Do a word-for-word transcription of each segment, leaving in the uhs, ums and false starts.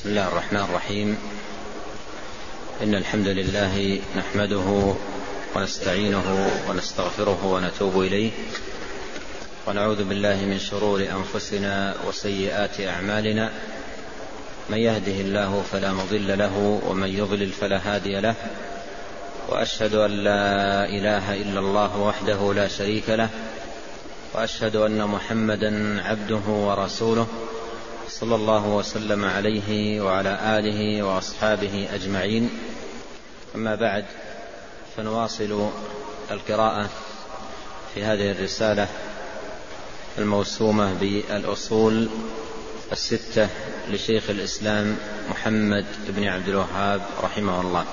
بسم الله الرحمن الرحيم. إن الحمد لله نحمده ونستعينه ونستغفره ونتوب إليه، ونعوذ بالله من شرور أنفسنا وسيئات أعمالنا. من يهده الله فلا مضل له، ومن يضلل فلا هادي له، وأشهد أن لا إله إلا الله وحده لا شريك له، وأشهد أن محمدا عبده ورسوله صلى الله وسلم عليه وعلى آله وأصحابه أجمعين. أما بعد، فنواصل القراءة في هذه الرسالة الموسومة بالأصول الستة لشيخ الإسلام محمد بن عبد الوهاب رحمه الله.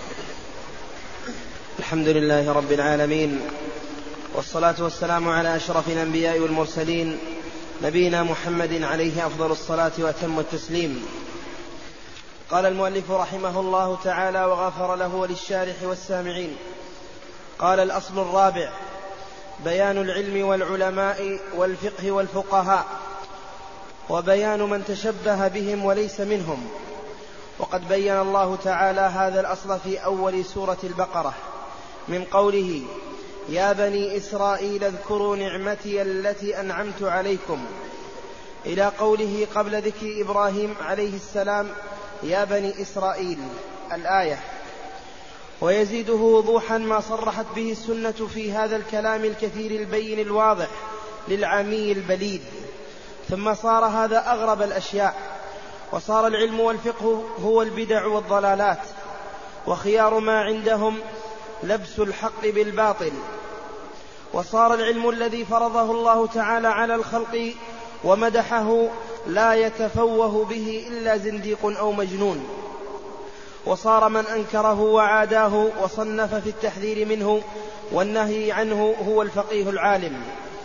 الحمد لله رب العالمين، والصلاة والسلام على أشرف الأنبياء والمرسلين، نبينا محمد عليه أفضل الصلاة وأتم التسليم. قال المؤلف رحمه الله تعالى وغفر له وللشارح والسامعين. قال: الأصل الرابع: بيان العلم والعلماء والفقه والفقهاء، وبيان من تشبه بهم وليس منهم. وقد بين الله تعالى هذا الأصل في أول سورة البقرة من قوله: يا بني إسرائيل اذكروا نعمتي التي أنعمت عليكم، إلى قوله قبل ذكر إبراهيم عليه السلام: يا بني إسرائيل، الآية. ويزيده وضوحا ما صرحت به السنة في هذا الكلام الكثير البين الواضح للعامي البليد. ثم صار هذا أغرب الأشياء، وصار العلم والفقه هو البدع والضلالات، وخيار ما عندهم لبس الحق بالباطل. وصار العلم الذي فرضه الله تعالى على الخلق ومدحه لا يتفوه به إلا زنديق أو مجنون. وصار من أنكره وعاداه وصنف في التحذير منه والنهي عنه هو الفقيه العالم.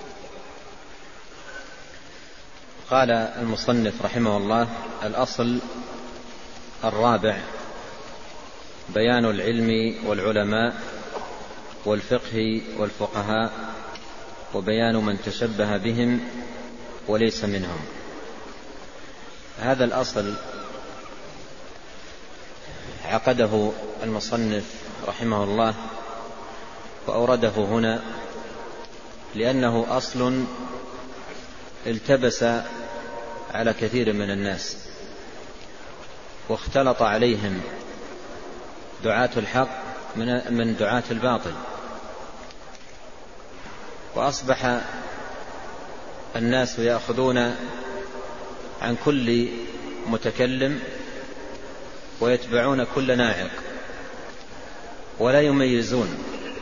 قال المصنف رحمه الله: الأصل الرابع: بيان العلم والعلماء والفقه والفقهاء، وبيان من تشبه بهم وليس منهم. هذا الأصل عقده المصنف رحمه الله وأورده هنا لأنه أصل التبس على كثير من الناس، واختلط عليهم دعاة الحق من دعاة الباطل، وأصبح الناس يأخذون عن كل متكلم ويتبعون كل ناعق، ولا يميزون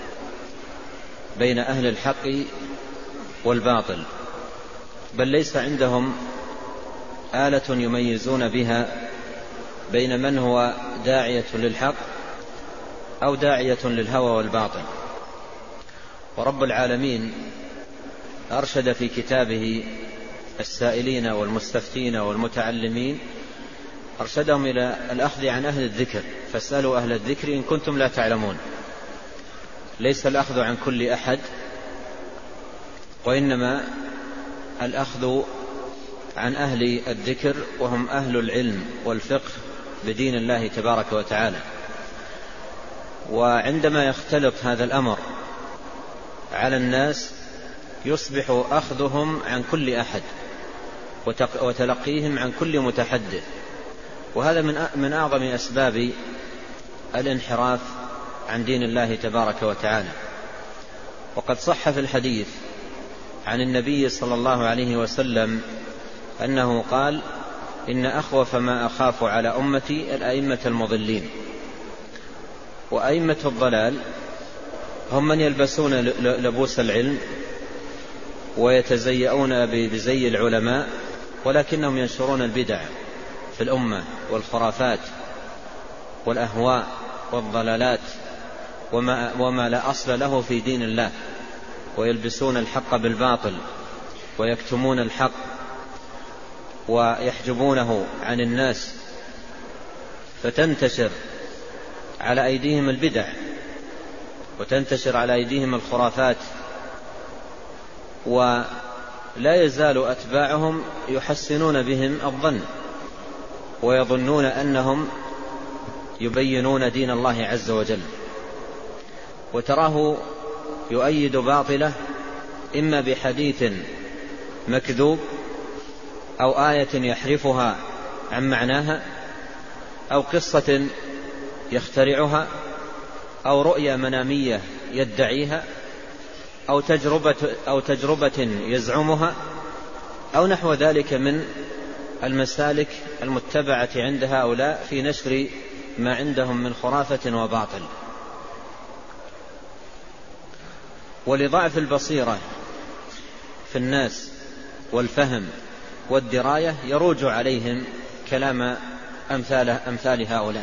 بين أهل الحق والباطل، بل ليس عندهم آلة يميزون بها بين من هو داعية للحق أو داعية للهوى والباطل. ورب العالمين أرشد في كتابه السائلين والمستفتين والمتعلمين، أرشدهم إلى الأخذ عن أهل الذكر، فاسألوا أهل الذكر إن كنتم لا تعلمون. ليس الأخذ عن كل أحد، وإنما الأخذ عن أهل الذكر، وهم أهل العلم والفقه بدين الله تبارك وتعالى. وعندما يختلط هذا الأمر على الناس يصبح أخذهم عن كل أحد وتلقيهم عن كل متحدث، وهذا من أعظم أسباب الانحراف عن دين الله تبارك وتعالى. وقد صح في الحديث عن النبي صلى الله عليه وسلم أنه قال: إن أخوف ما أخاف على أمتي الأئمة المضلين. وأئمة الضلال هم من يلبسون لبوس العلم ويتزيئون بزي العلماء، ولكنهم ينشرون البدع في الأمة والخرافات والأهواء والضلالات وما, وما لا أصل له في دين الله، ويلبسون الحق بالباطل ويكتمون الحق ويحجبونه عن الناس، فتنتشر على أيديهم البدع وتنتشر على أيديهم الخرافات، ولا يزال أتباعهم يحسنون بهم الظن ويظنون أنهم يبينون دين الله عز وجل، وتراه يؤيد باطله إما بحديث مكذوب أو آية يحرفها عن معناها أو قصة يخترعها أو رؤيا منامية يدعيها أو تجربة, أو تجربة يزعمها أو نحو ذلك من المسالك المتبعة عند هؤلاء في نشر ما عندهم من خرافة وباطل. ولضعف البصيرة في الناس والفهم والدراية يروج عليهم كلام أمثال, أمثال هؤلاء.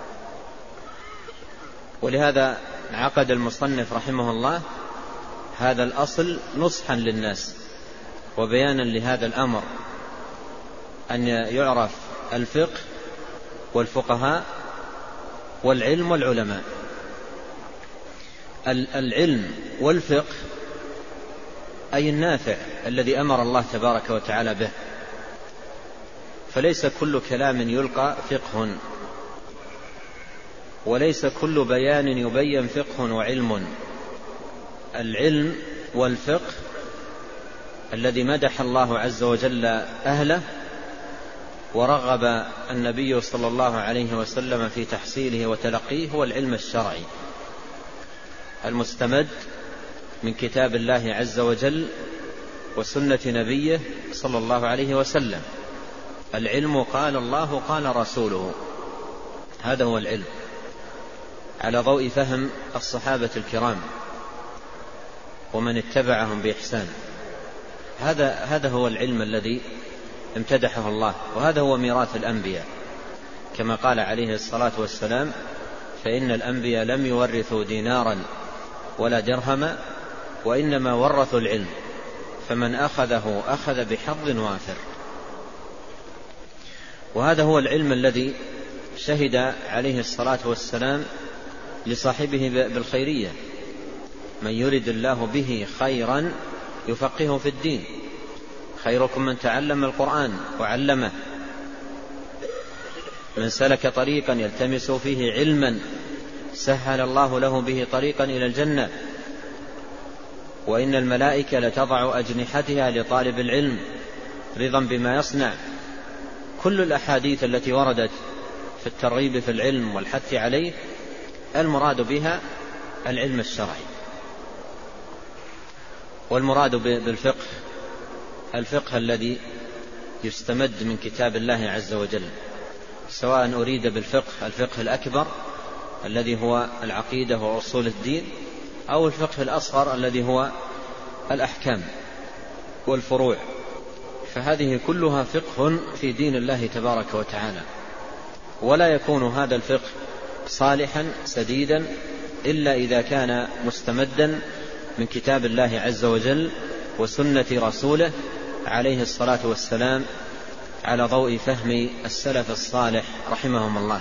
ولهذا عقد المصنف رحمه الله هذا الأصل نصحا للناس وبيانا لهذا الأمر، أن يعرف الفقه والفقهاء والعلم والعلماء. العلم والفقه أي النافع الذي أمر الله تبارك وتعالى به، فليس كل كلام يلقى فقه، وليس كل بيان يبين فقه وعلم. العلم والفقه الذي مدح الله عز وجل أهله ورغب النبي صلى الله عليه وسلم في تحصيله وتلقيه هو العلم الشرعي المستمد من كتاب الله عز وجل وسنة نبيه صلى الله عليه وسلم. العلم قال الله قال رسوله، هذا هو العلم على ضوء فهم الصحابة الكرام ومن اتبعهم بإحسان. هذا هذا هو العلم الذي امتدحه الله، وهذا هو ميراث الأنبياء كما قال عليه الصلاة والسلام: فإن الأنبياء لم يورثوا دينارا ولا درهما وإنما ورثوا العلم، فمن أخذه أخذ بحظ وافر. وهذا هو العلم الذي شهد عليه الصلاة والسلام لصاحبه بالخيرية: من يرد الله به خيرا يفقهه في الدين، خيركم من تعلم القرآن وعلمه، من سلك طريقا يلتمس فيه علما سهل الله له به طريقا إلى الجنة، وإن الملائكة لتضع أجنحتها لطالب العلم رضا بما يصنع. كل الأحاديث التي وردت في الترغيب في العلم والحث عليه المراد بها العلم الشرعي. والمراد بالفقه الفقه الذي يستمد من كتاب الله عز وجل، سواء أريد بالفقه الفقه الأكبر الذي هو العقيدة وأصول الدين، أو الفقه الأصغر الذي هو الأحكام والفروع، فهذه كلها فقه في دين الله تبارك وتعالى. ولا يكون هذا الفقه صالحا سديدا إلا إذا كان مستمدا من كتاب الله عز وجل وسنة رسوله عليه الصلاة والسلام على ضوء فهم السلف الصالح رحمهم الله.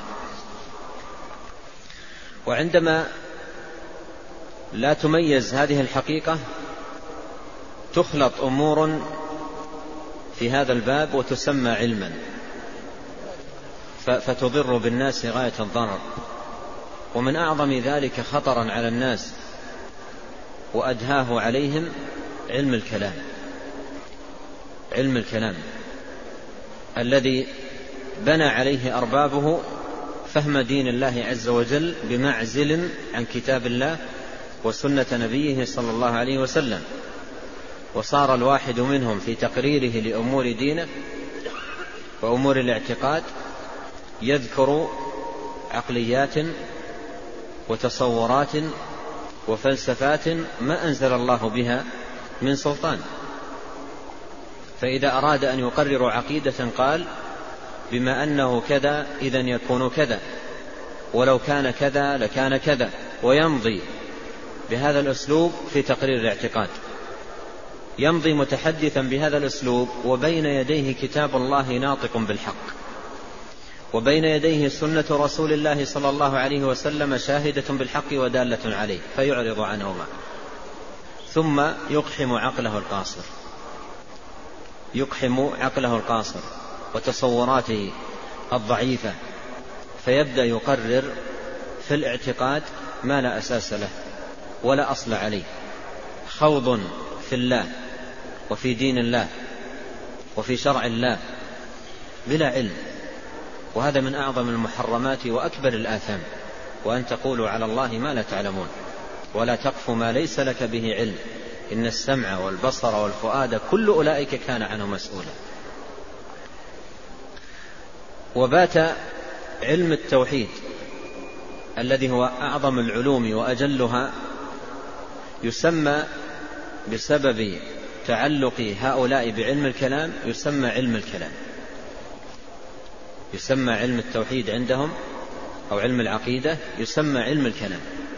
وعندما لا تميز هذه الحقيقة تخلط أمور في هذا الباب وتسمى علما، فتضر بالناس غاية الضرر. ومن أعظم ذلك خطرا على الناس وأدهاه عليهم علم الكلام علم الكلام الذي بنى عليه أربابه فهم دين الله عز وجل بمعزل عن كتاب الله وسنة نبيه صلى الله عليه وسلم. وصار الواحد منهم في تقريره لأمور دينه وأمور الاعتقاد يذكر عقليات وتصورات وفلسفات ما أنزل الله بها من سلطان. فإذا أراد أن يقرر عقيدة قال: بما أنه كذا إذن يكون كذا، ولو كان كذا لكان كذا، ويمضي بهذا الأسلوب في تقرير الاعتقاد. يمضي متحدثا بهذا الأسلوب وبين يديه كتاب الله ناطق بالحق، وبين يديه سنة رسول الله صلى الله عليه وسلم شاهدة بالحق ودالة عليه، فيعرض عنهما، ثم يقحم عقله القاصر يقحم عقله القاصر وتصوراته الضعيفة، فيبدأ يقرر في الاعتقاد ما لا أساس له ولا أصل عليه، خوض في الله وفي دين الله وفي شرع الله بلا علم، وهذا من أعظم المحرمات وأكبر الآثام، وأن تقولوا على الله ما لا تعلمون، ولا تقف ما ليس لك به علم، إن السمع والبصر والفؤاد كل أولئك كان عنه مسؤولا. وبات علم التوحيد الذي هو أعظم العلوم وأجلها يسمى بسبب تعلق هؤلاء بعلم الكلام يسمى علم الكلام، يسمى علم التوحيد عندهم أو علم العقيدة يسمى علم الكلام.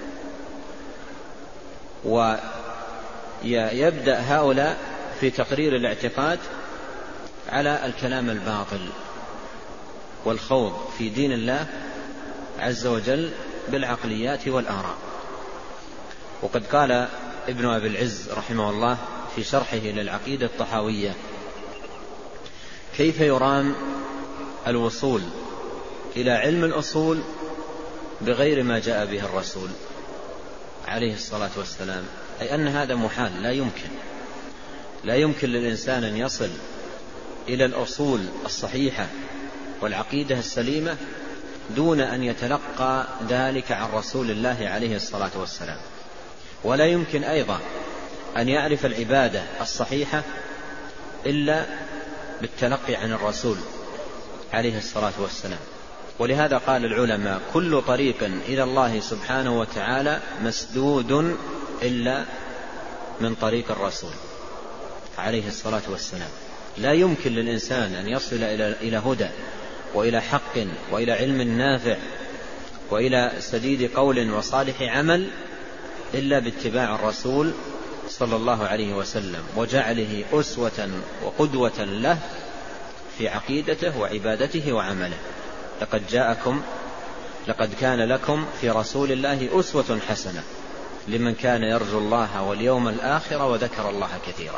ويبدأ هؤلاء في تقرير الاعتقاد على الكلام الباطل والخوض في دين الله عز وجل بالعقليات والآراء. وقد قال ابن أبي العز رحمه الله في شرحه للعقيدة الطحاوية: كيف يرام الوصول إلى علم الأصول بغير ما جاء به الرسول عليه الصلاة والسلام؟ أي أن هذا محال، لا يمكن لا يمكن للإنسان أن يصل إلى الأصول الصحيحة والعقيدة السليمة دون أن يتلقى ذلك عن رسول الله عليه الصلاة والسلام. ولا يمكن أيضا أن يعرف العبادة الصحيحة إلا بالتلقي عن الرسول عليه الصلاة والسلام. ولهذا قال العلماء: كل طريق إلى الله سبحانه وتعالى مسدود إلا من طريق الرسول عليه الصلاة والسلام. لا يمكن للإنسان أن يصل إلى هدى وإلى حق وإلى علم نافع وإلى سديد قول وصالح عمل إلا باتباع الرسول صلى الله عليه وسلم وجعله أسوة وقدوة له في عقيدته وعبادته وعمله. لقد جاءكم لقد كان لكم في رسول الله أسوة حسنة لمن كان يرجو الله واليوم الآخر وذكر الله كثيرا.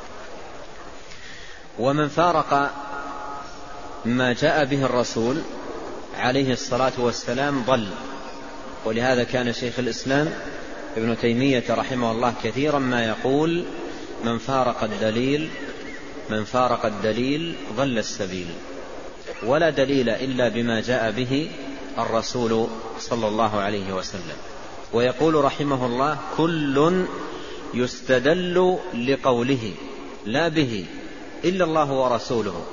ومن فارق ما جاء به الرسول عليه الصلاة والسلام ضل. ولهذا كان شيخ الإسلام ابن تيمية رحمه الله كثيرا ما يقول: من فارق الدليل من فارق الدليل ضل السبيل. ولا دليل إلا بما جاء به الرسول صلى الله عليه وسلم. ويقول رحمه الله: كل يستدل لقوله لا به إلا الله ورسوله.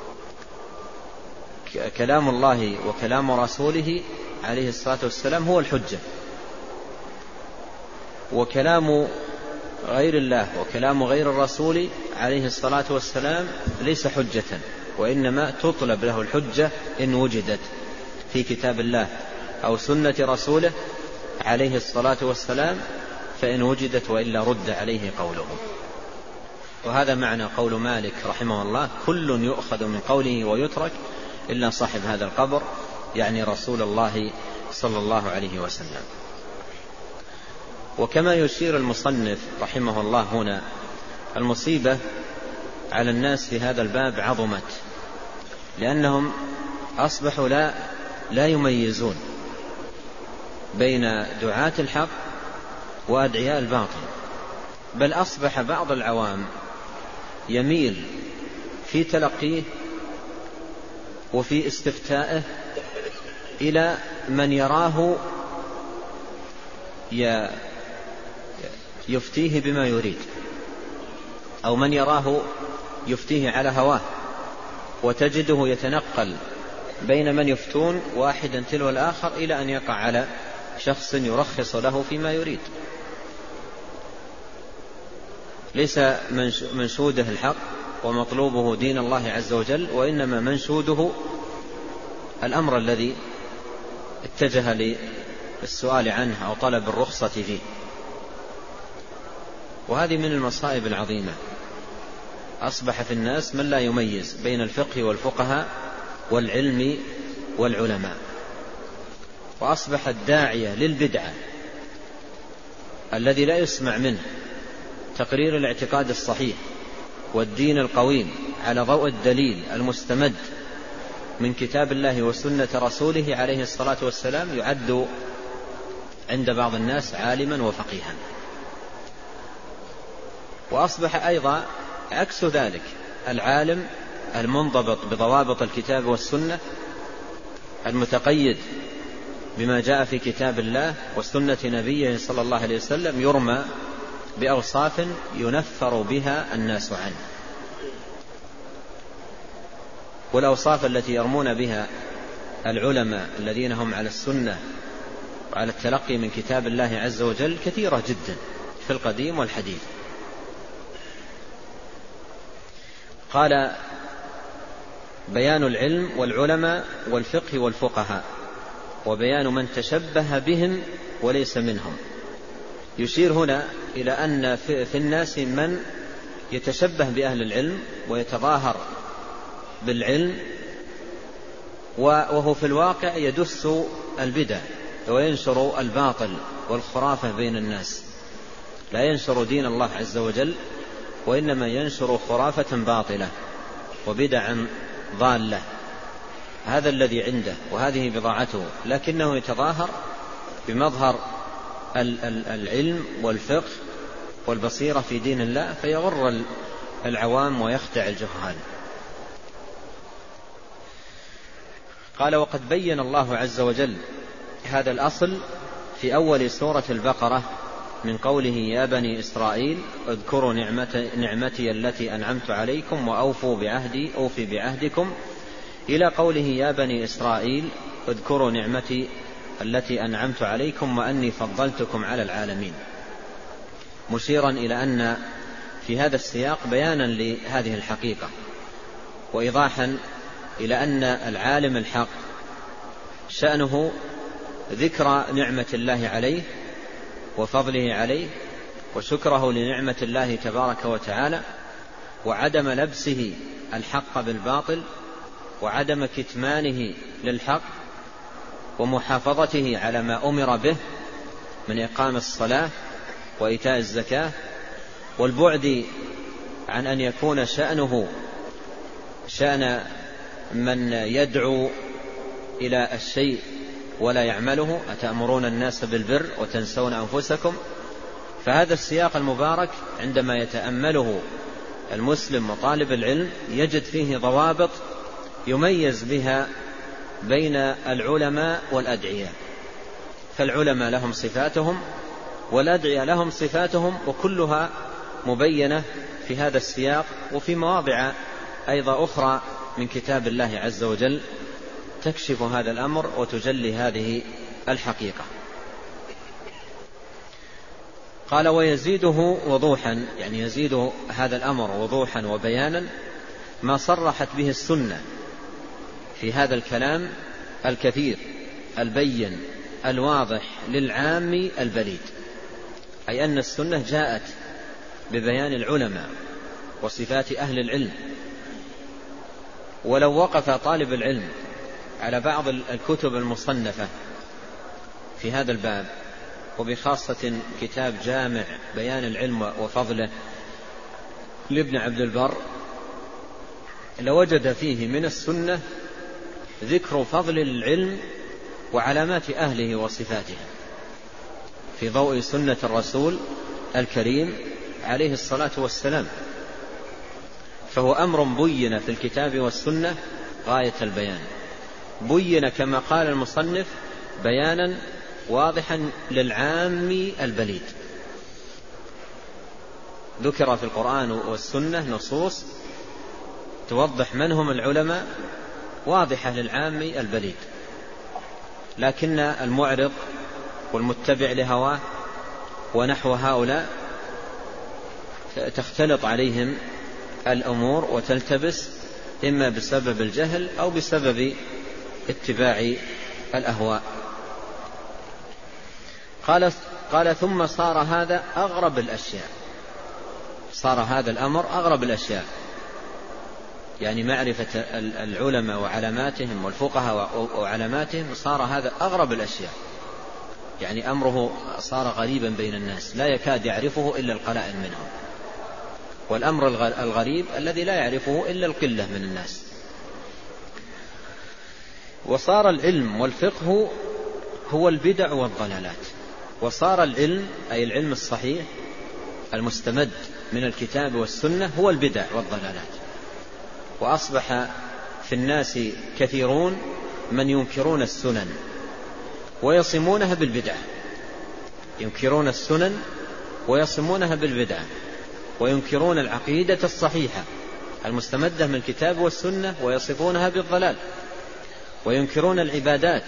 كلام الله وكلام رسوله عليه الصلاة والسلام هو الحجة، وكلام غير الله وكلام غير الرسول عليه الصلاة والسلام ليس حجة، وإنما تطلب له الحجة إن وجدت في كتاب الله أو سنة رسوله عليه الصلاة والسلام، فإن وجدت وإلا رد عليه قوله. وهذا معنى قول مالك رحمه الله: كل يؤخذ من قوله ويترك إلا صاحب هذا القبر، يعني رسول الله صلى الله عليه وسلم. وكما يشير المصنف رحمه الله هنا، المصيبة على الناس في هذا الباب عظمت، لأنهم أصبحوا لا, لا يميزون بين دعاة الحق وأدعياء الباطل، بل أصبح بعض العوام يميل في تلقيه وفي استفتائه إلى من يراه يفتيه بما يريد، أو من يراه يفتيه على هواه، وتجده يتنقل بين من يفتون واحدا تلو الآخر إلى أن يقع على شخص يرخص له فيما يريد. ليس منشوده الحق ومطلوبه دين الله عز وجل، وإنما منشوده الأمر الذي اتجه للسؤال عنه أو طلب الرخصة فيه. وهذه من المصائب العظيمة. أصبح في الناس من لا يميز بين الفقه والفقهاء والعلم والعلماء، وأصبح الداعية للبدعة الذي لا يسمع منه تقرير الاعتقاد الصحيح والدين القويم على ضوء الدليل المستمد من كتاب الله وسنة رسوله عليه الصلاة والسلام يعد عند بعض الناس عالما وفقيها. وأصبح أيضا عكس ذلك، العالم المنضبط بضوابط الكتاب والسنة المتقيد بما جاء في كتاب الله وسنة نبيه صلى الله عليه وسلم يرمى بأوصاف ينفر بها الناس عنه. والأوصاف التي يرمون بها العلماء الذين هم على السنة وعلى التلقي من كتاب الله عز وجل كثيرة جدا في القديم والحديث. قال: بيان العلم والعلماء والفقه والفقهاء، وبيان من تشبه بهم وليس منهم. يشير هنا إلى أن في الناس من يتشبه بأهل العلم ويتظاهر بالعلم، وهو في الواقع يدس البدع وينشر الباطل والخرافة بين الناس، لا ينشر دين الله عز وجل، وإنما ينشر خرافة باطلة وبدعا ضالة. هذا الذي عنده وهذه بضاعته، لكنه يتظاهر بمظهر العلم والفقه والبصيرة في دين الله، فيغر العوام ويخدع الجهال. قال: وقد بين الله عز وجل هذا الأصل في أول سورة البقرة من قوله: يا بني إسرائيل اذكروا نعمتي التي أنعمت عليكم وأوفوا بعهدي أوفي بعهدكم، إلى قوله: يا بني إسرائيل اذكروا نعمتي التي أنعمت عليكم وأني فضلتكم على العالمين، مشيرا إلى أن في هذا السياق بيانا لهذه الحقيقة، وإيضاحا إلى أن العالم الحق شأنه ذكر نعمة الله عليه وفضله عليه وشكره لنعمة الله تبارك وتعالى، وعدم لبسه الحق بالباطل، وعدم كتمانه للحق، ومحافظته على ما أمر به من إقام الصلاة وإيتاء الزكاة، والبعد عن أن يكون شأنه شأن من يدعو إلى الشيء ولا يعمله: أتأمرون الناس بالبر وتنسون أنفسكم. فهذا السياق المبارك عندما يتأمله المسلم وطالب العلم يجد فيه ضوابط يميز بها بين العلماء والأدعياء. فالعلماء لهم صفاتهم والأدعياء لهم صفاتهم، وكلها مبينة في هذا السياق وفي مواضع أيضا أخرى من كتاب الله عز وجل تكشف هذا الأمر وتجلي هذه الحقيقة. قال: ويزيده وضوحا، يعني يزيد هذا الأمر وضوحا وبيانا ما صرحت به السنة في هذا الكلام الكثير البين الواضح للعام البليد، أي أن السنة جاءت ببيان العلماء وصفات أهل العلم. ولو وقف طالب العلم على بعض الكتب المصنفة في هذا الباب، وبخاصة كتاب جامع بيان العلم وفضله لابن عبد البر، لوجد فيه من السنة ذكر فضل العلم وعلامات أهله وصفاته في ضوء سنة الرسول الكريم عليه الصلاة والسلام. فهو أمر بين في الكتاب والسنة غاية البيان، بين كما قال المصنف بيانا واضحا للعام البليد. ذكر في القرآن والسنة نصوص توضح من هم العلماء واضحة للعام البليد، لكن المعرض والمتبع لهواه ونحو هؤلاء تختلط عليهم الأمور وتلتبس، إما بسبب الجهل أو بسبب اتباع الأهواء. قال, قال ثم صار هذا أغرب الأشياء، صار هذا الأمر أغرب الأشياء، يعني معرفة العلماء وعلاماتهم والفقهاء وعلاماتهم صار هذا أغرب الأشياء، يعني أمره صار غريبا بين الناس لا يكاد يعرفه إلا القلائل منهم، والأمر الغريب الذي لا يعرفه إلا القلة من الناس. وصار العلم والفقه هو البدع والضلالات. وصار العلم أي العلم الصحيح المستمد من الكتاب والسنة هو البدع والضلالات. وأصبح في الناس كثيرون من ينكرون السنن ويصمونها بالبدع، ينكرون السنن ويصمونها بالبدع، وينكرون العقيدة الصحيحة المستمدة من الكتاب والسنة ويصفونها بالضلال، وينكرون العبادات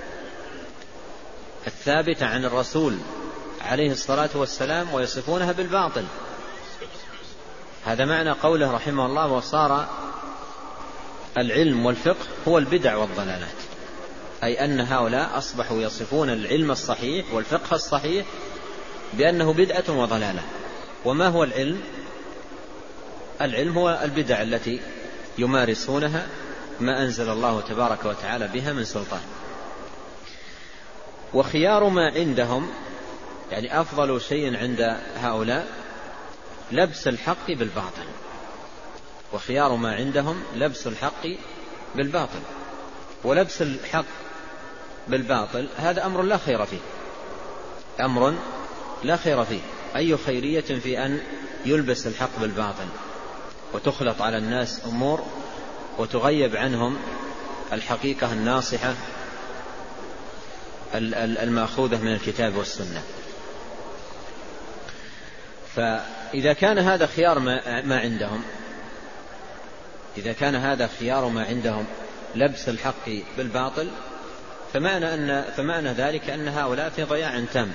الثابتة عن الرسول عليه الصلاة والسلام ويصفونها بالباطل. هذا معنى قوله رحمه الله: وصار العلم والفقه هو البدع والضلالات، أي أن هؤلاء أصبحوا يصفون العلم الصحيح والفقه الصحيح بأنه بدعة وضلالة. وما هو العلم؟ العلم هو البدع التي يمارسونها ما أنزل الله تبارك وتعالى بها من سلطان. وخيار ما عندهم، يعني أفضل شيء عند هؤلاء لبس الحق بالباطل. وخيار ما عندهم لبس الحق بالباطل. ولبس الحق بالباطل هذا أمر لا خير فيه، أمر لا خير فيه. أي خيرية في أن يلبس الحق بالباطل وتخلط على الناس أمور وتغيب عنهم الحقيقة الناصحة المأخوذة من الكتاب والسنة. فإذا كان هذا خيار ما عندهم، إذا كان هذا خيار ما عندهم لبس الحق بالباطل، فمعنى, أن فمعنى ذلك أن هؤلاء في ضياع تام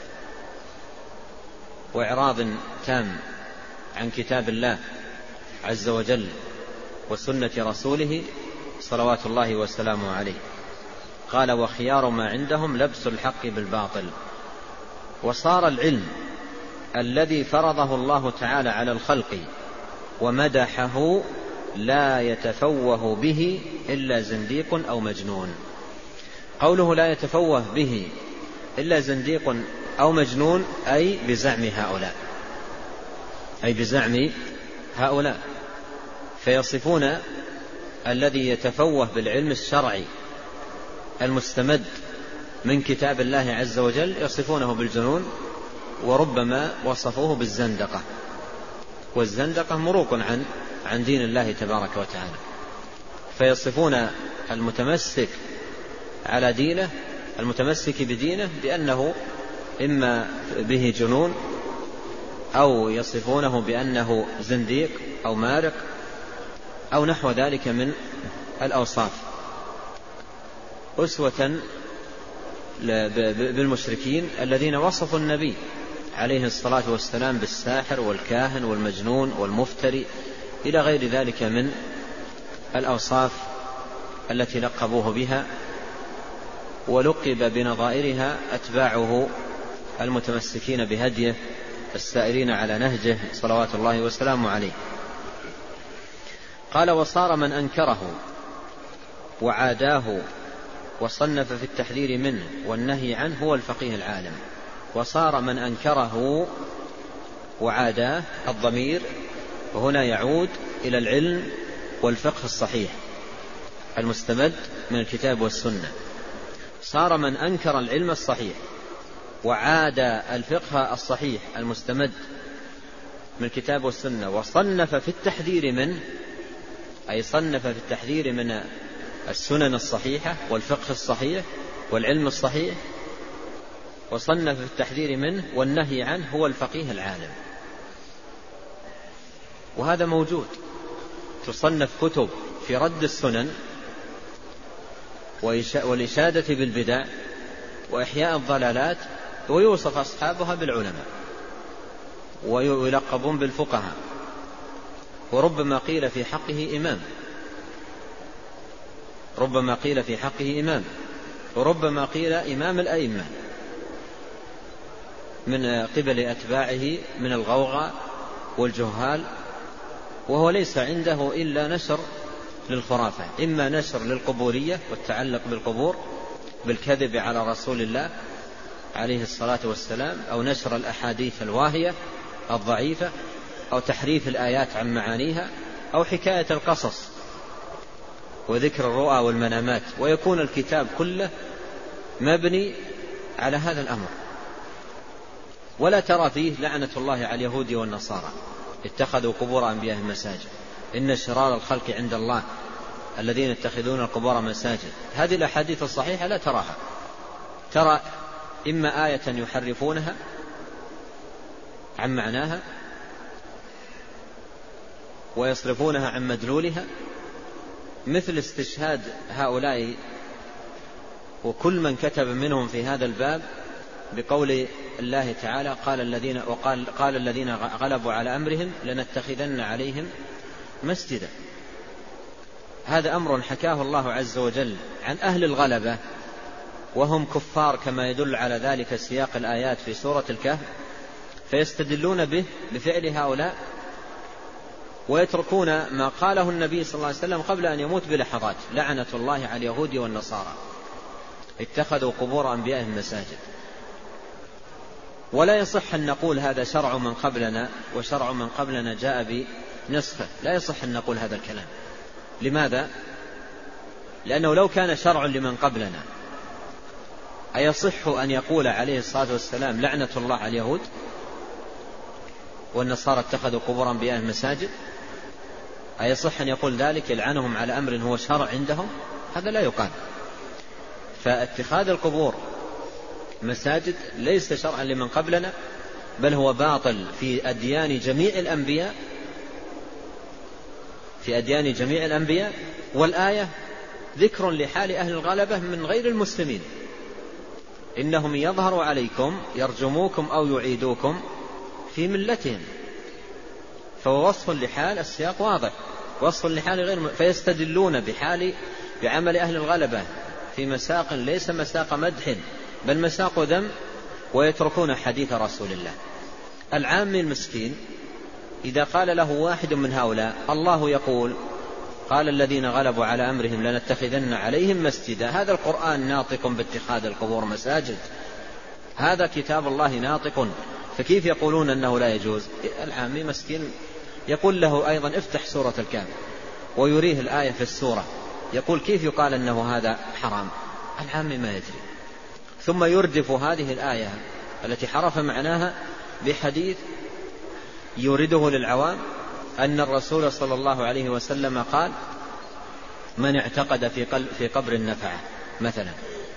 وإعراض تام عن كتاب الله عز وجل وسنة رسوله صلوات الله وسلامه عليه. قال: وخيار ما عندهم لبس الحق بالباطل. وصار العلم الذي فرضه الله تعالى على الخلق ومدحه لا يتفوه به إلا زنديق أو مجنون. قوله لا يتفوه به إلا زنديق أو مجنون أي بزعم هؤلاء، أي بزعم هؤلاء. فيصفون الذي يتفوه بالعلم الشرعي المستمد من كتاب الله عز وجل يصفونه بالجنون، وربما وصفوه بالزندقة. والزندقة مروق عن عن دين الله تبارك وتعالى. فيصفون المتمسك على دينه، المتمسك بدينه، بأنه إما به جنون، أو يصفونه بأنه زنديق أو مارق أو نحو ذلك من الأوصاف، أسوة بالمشركين الذين وصفوا النبي عليه الصلاة والسلام بالساحر والكاهن والمجنون والمفتري إلى غير ذلك من الأوصاف التي لقبوه بها، ولقب بنظائرها أتباعه المتمسكين بهديه السائرين على نهجه صلوات الله وسلامه عليه. قال: وصار من أنكره وعاداه وصنف في التحذير منه والنهي عنه هو الفقيه العالم. وصار من أنكره وعاداه، الضمير وهنا يعود إلى العلم والفقه الصحيح المستمد من الكتاب والسنة. صار من أنكر العلم الصحيح وعاد الفقه الصحيح المستمد من الكتاب والسنة وصنف في التحذير منه، أي صنف في التحذير من السنن الصحيحة والفقه الصحيح والعلم الصحيح، وصنف في التحذير منه والنهي عنه هو الفقيه العالم. وهذا موجود، تصنف كتب في رد السنن والإشادة بالبدع وإحياء الضلالات، ويوصف أصحابها بالعلماء ويلقبون بالفقهاء، وربما قيل في حقه إمام، ربما قيل في حقه إمام وربما قيل إمام الأئمة من قبل أتباعه من الغوغاء والجهال. وهو ليس عنده إلا نشر للخرافة، إما نشر للقبورية والتعلق بالقبور بالكذب على رسول الله عليه الصلاة والسلام، أو نشر الأحاديث الواهية الضعيفة، أو تحريف الآيات عن معانيها، أو حكاية القصص وذكر الرؤى والمنامات، ويكون الكتاب كله مبني على هذا الأمر. ولا ترى فيه لعنة الله على اليهود والنصارى اتخذوا قبور أنبيائهم مساجد، إن شرار الخلق عند الله الذين يتخذون القبور مساجد. هذه الأحاديث الصحيحة لا تراها، ترى إما آية يحرفونها عن معناها ويصرفونها عن مدلولها، مثل استشهاد هؤلاء وكل من كتب منهم في هذا الباب بقول الله تعالى قال الذين, وقال قال الذين غلبوا على أمرهم لنتخذن عليهم مسجدا. هذا أمر حكاه الله عز وجل عن أهل الغلبة وهم كفار كما يدل على ذلك سياق الآيات في سورة الكهف، فيستدلون به بفعل هؤلاء ويتركون ما قاله النبي صلى الله عليه وسلم قبل أن يموت بلحظات: لعنة الله على اليهود والنصارى اتخذوا قبور أنبيائهم مساجد. ولا يصح أن نقول هذا شرع من قبلنا وشرع من قبلنا جاء بنسخه، لا يصح أن نقول هذا الكلام. لماذا؟ لأنه لو كان شرع لمن قبلنا أيصح أن يقول عليه الصلاة والسلام لعنة الله على اليهود والنصارى اتخذوا قبور أنبيائهم مساجد؟ أيصح أن يقول ذلك يلعنهم على أمر هو شرع عندهم؟ هذا لا يقال. فاتخاذ القبور مساجد ليس شرعا لمن قبلنا، بل هو باطل في أديان جميع الأنبياء في أديان جميع الأنبياء والآية ذكر لحال أهل الغلبة من غير المسلمين: إنهم يظهروا عليكم يرجموكم أو يعيدوكم في ملتهم. فهو وصف لحال، السياق واضح، وصف لحال غير م... فيستدلون بحال بعمل أهل الغلبة في مساق ليس مساق مدح بل مساق ذم، ويتركون حديث رسول الله. العام المسكين إذا قال له واحد من هؤلاء الله يقول قال الذين غلبوا على أمرهم لنتخذن عليهم مسجدا، هذا القرآن ناطق باتخاذ القبور مساجد، هذا كتاب الله ناطق، فكيف يقولون أنه لا يجوز؟ العامي مسكين يقول له أيضا افتح سورة الكهف ويريه الآية في السورة، يقول كيف يقال أنه هذا حرام؟ العامي ما يدري. ثم يردف هذه الآية التي حرف معناها بحديث يورده للعوام أن الرسول صلى الله عليه وسلم قال من اعتقد في, قلب في قبر النفعة مثلا،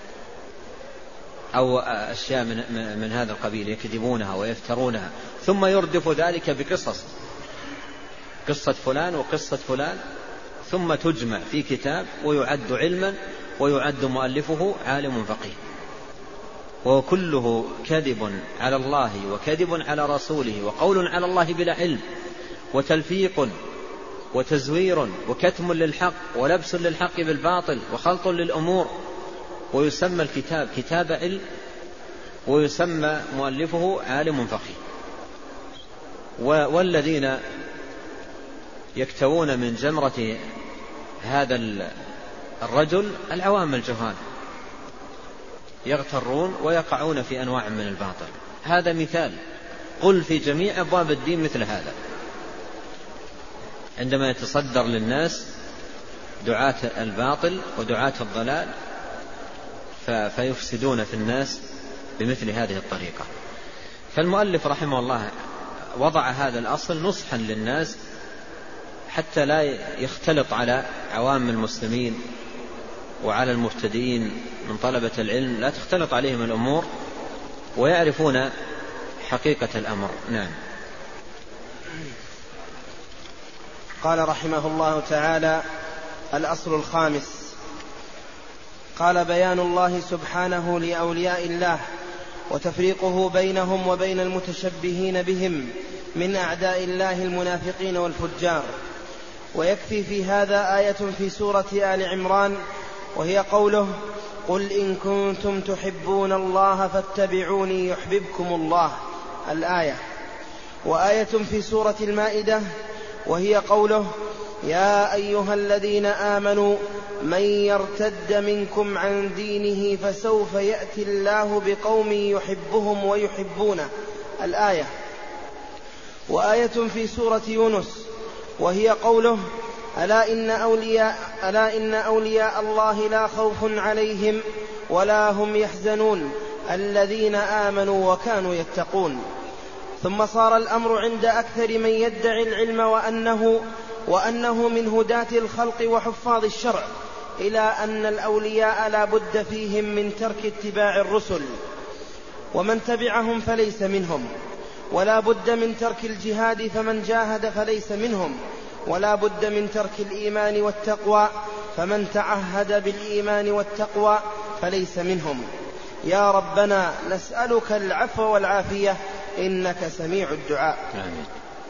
أو أشياء من, من هذا القبيل يكذبونها ويفترونها، ثم يردف ذلك بقصص، قصة فلان وقصة فلان، ثم تجمع في كتاب ويعد علما ويعد مؤلفه عالم فقيه، وكله كذب على الله وكذب على رسوله وقول على الله بلا علم وتلفيق وتزوير وكتم للحق ولبس للحق بالباطل وخلط للأمور، ويسمى الكتاب كتاب علم ويسمى مؤلفه عالم فقيه. والذين يكتوون من جمرة هذا الرجل العوام الجهال يغترون ويقعون في أنواع من الباطل. هذا مثال، قل في جميع أبواب الدين مثل هذا، عندما يتصدر للناس دعاة الباطل ودعاة الضلال فيفسدون في الناس بمثل هذه الطريقة. فالمؤلف رحمه الله وضع هذا الأصل نصحا للناس حتى لا يختلط على عوام المسلمين وعلى المبتدئين من طلبة العلم، لا تختلط عليهم الأمور ويعرفون حقيقة الأمر. نعم. قال رحمه الله تعالى: الأصل الخامس. قال: بيان الله سبحانه لأولياء الله وتفريقه بينهم وبين المتشبهين بهم من أعداء الله المنافقين والفجار. ويكفي في هذا آية في سورة آل عمران وهي قوله: قل إن كنتم تحبون الله فاتبعوني يحببكم الله، الآية. وآية في سورة المائدة وهي قوله: يا أيها الذين آمنوا من يرتد منكم عن دينه فسوف يأتي الله بقوم يحبهم ويحبونه، الآية. وآية في سورة يونس وهي قوله: ألا إن أولياء ألا إن أولياء الله لا خوف عليهم ولا هم يحزنون الذين آمنوا وكانوا يتقون. ثم صار الأمر عند أكثر من يدعي العلم وأنه, وأنه من هداة الخلق وحفاظ الشرع إلى أن الأولياء لا بد فيهم من ترك اتباع الرسل، ومن تبعهم فليس منهم، ولا بد من ترك الجهاد فمن جاهد فليس منهم، ولا بد من ترك الإيمان والتقوى فمن تعهد بالإيمان والتقوى فليس منهم. يا ربنا نسألك العفو والعافية إنك سميع الدعاء. آمين.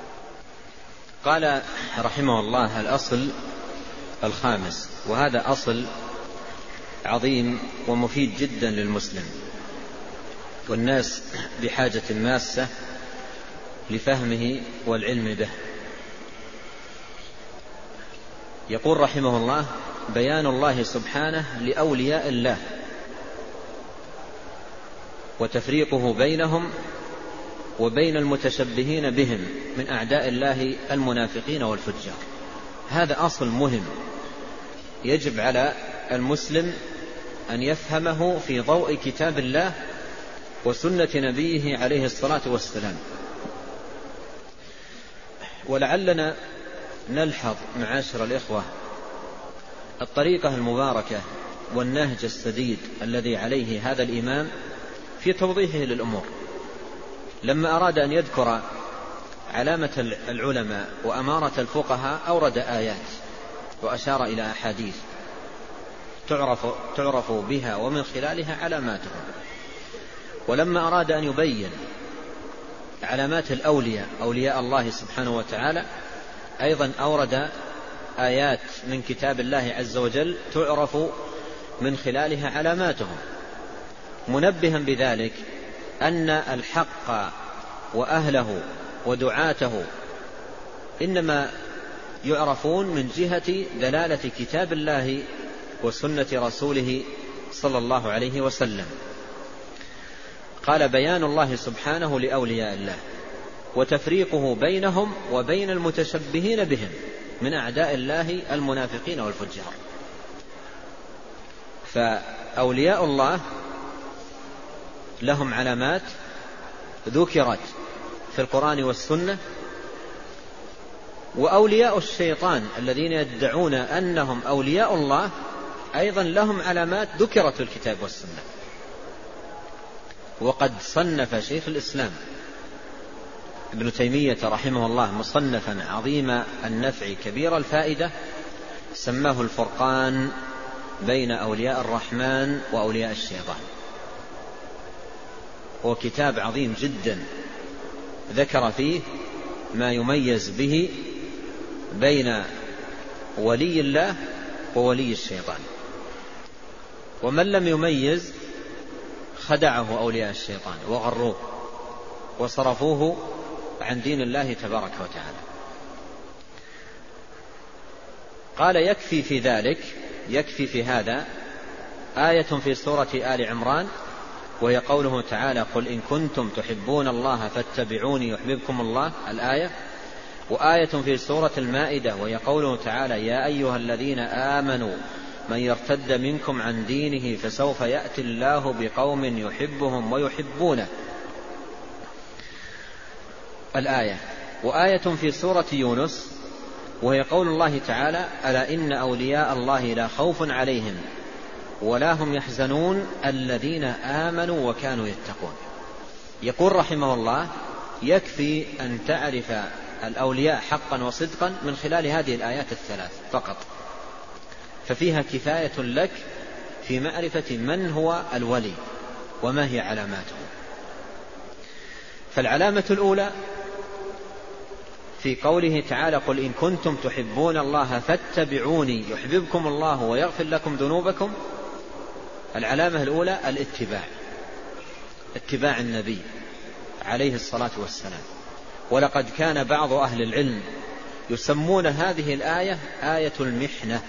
قال رحمه الله الأصل الخامس، وهذا أصل عظيم ومفيد جدا للمسلم، والناس بحاجة ماسة لفهمه والعلم به. يقول رحمه الله: بيان الله سبحانه لأولياء الله وتفريقه بينهم وبين المتشبهين بهم من أعداء الله المنافقين والفجار. هذا أصل مهم يجب على المسلم أن يفهمه في ضوء كتاب الله وسنة نبيه عليه الصلاة والسلام. ولعلنا نلحظ معاشر الإخوة الطريقة المباركة والنهج السديد الذي عليه هذا الإمام في توضيحه للأمور. لما أراد أن يذكر علامة العلماء وأمارة الفقهاء أورد آيات وأشار إلى أحاديث تعرف, تعرف بها ومن خلالها علاماتهم. ولما أراد أن يبين علامات الأولياء أولياء الله سبحانه وتعالى أيضا أورد آيات من كتاب الله عز وجل تعرف من خلالها علاماتهم، منبها بذلك أن الحق وأهله ودعاته إنما يعرفون من جهة دلالة كتاب الله وسنة رسوله صلى الله عليه وسلم. قال: بيان الله سبحانه لأولياء الله وتفريقه بينهم وبين المتشبهين بهم من أعداء الله المنافقين والفجار. فأولياء الله لهم علامات ذكرت في القرآن والسنة، وأولياء الشيطان الذين يدعون أنهم أولياء الله أيضا لهم علامات ذكرت في الكتاب والسنة. وقد صنف شيخ الإسلام ابن تيمية رحمه الله مصنفا عظيم النفع كبير الفائدة سماه الفرقان بين أولياء الرحمن وأولياء الشيطان. هو كتاب عظيم جدا ذكر فيه ما يميز به بين ولي الله وولي الشيطان، ومن لم يميز خدعه أولياء الشيطان وغروه وصرفوه عن دين الله تبارك وتعالى. قال: يكفي في ذلك، يكفي في هذا آية في سورة آل عمران وهي قوله تعالى: قل إن كنتم تحبون الله فاتبعوني يحببكم الله، الآية. وآية في سورة المائدة وهي قوله تعالى: يا أيها الذين آمنوا من يرتد منكم عن دينه فسوف يأتي الله بقوم يحبهم ويحبونه، الآية. وآية في سورة يونس وهي قول الله تعالى: ألا إن أولياء الله لا خوف عليهم ولا هم يحزنون الذين آمنوا وكانوا يتقون. يقول رحمه الله: يكفي أن تعرف الأولياء حقا وصدقا من خلال هذه الآيات الثلاث فقط، ففيها كفاية لك في معرفة من هو الولي وما هي علاماته. فالعلامة الأولى في قوله تعالى: قل إن كنتم تحبون الله فاتبعوني يحببكم الله ويغفر لكم ذنوبكم. العلامة الأولى الاتباع، اتباع النبي عليه الصلاة والسلام. ولقد كان بعض أهل العلم يسمون هذه الآية آية المحنة،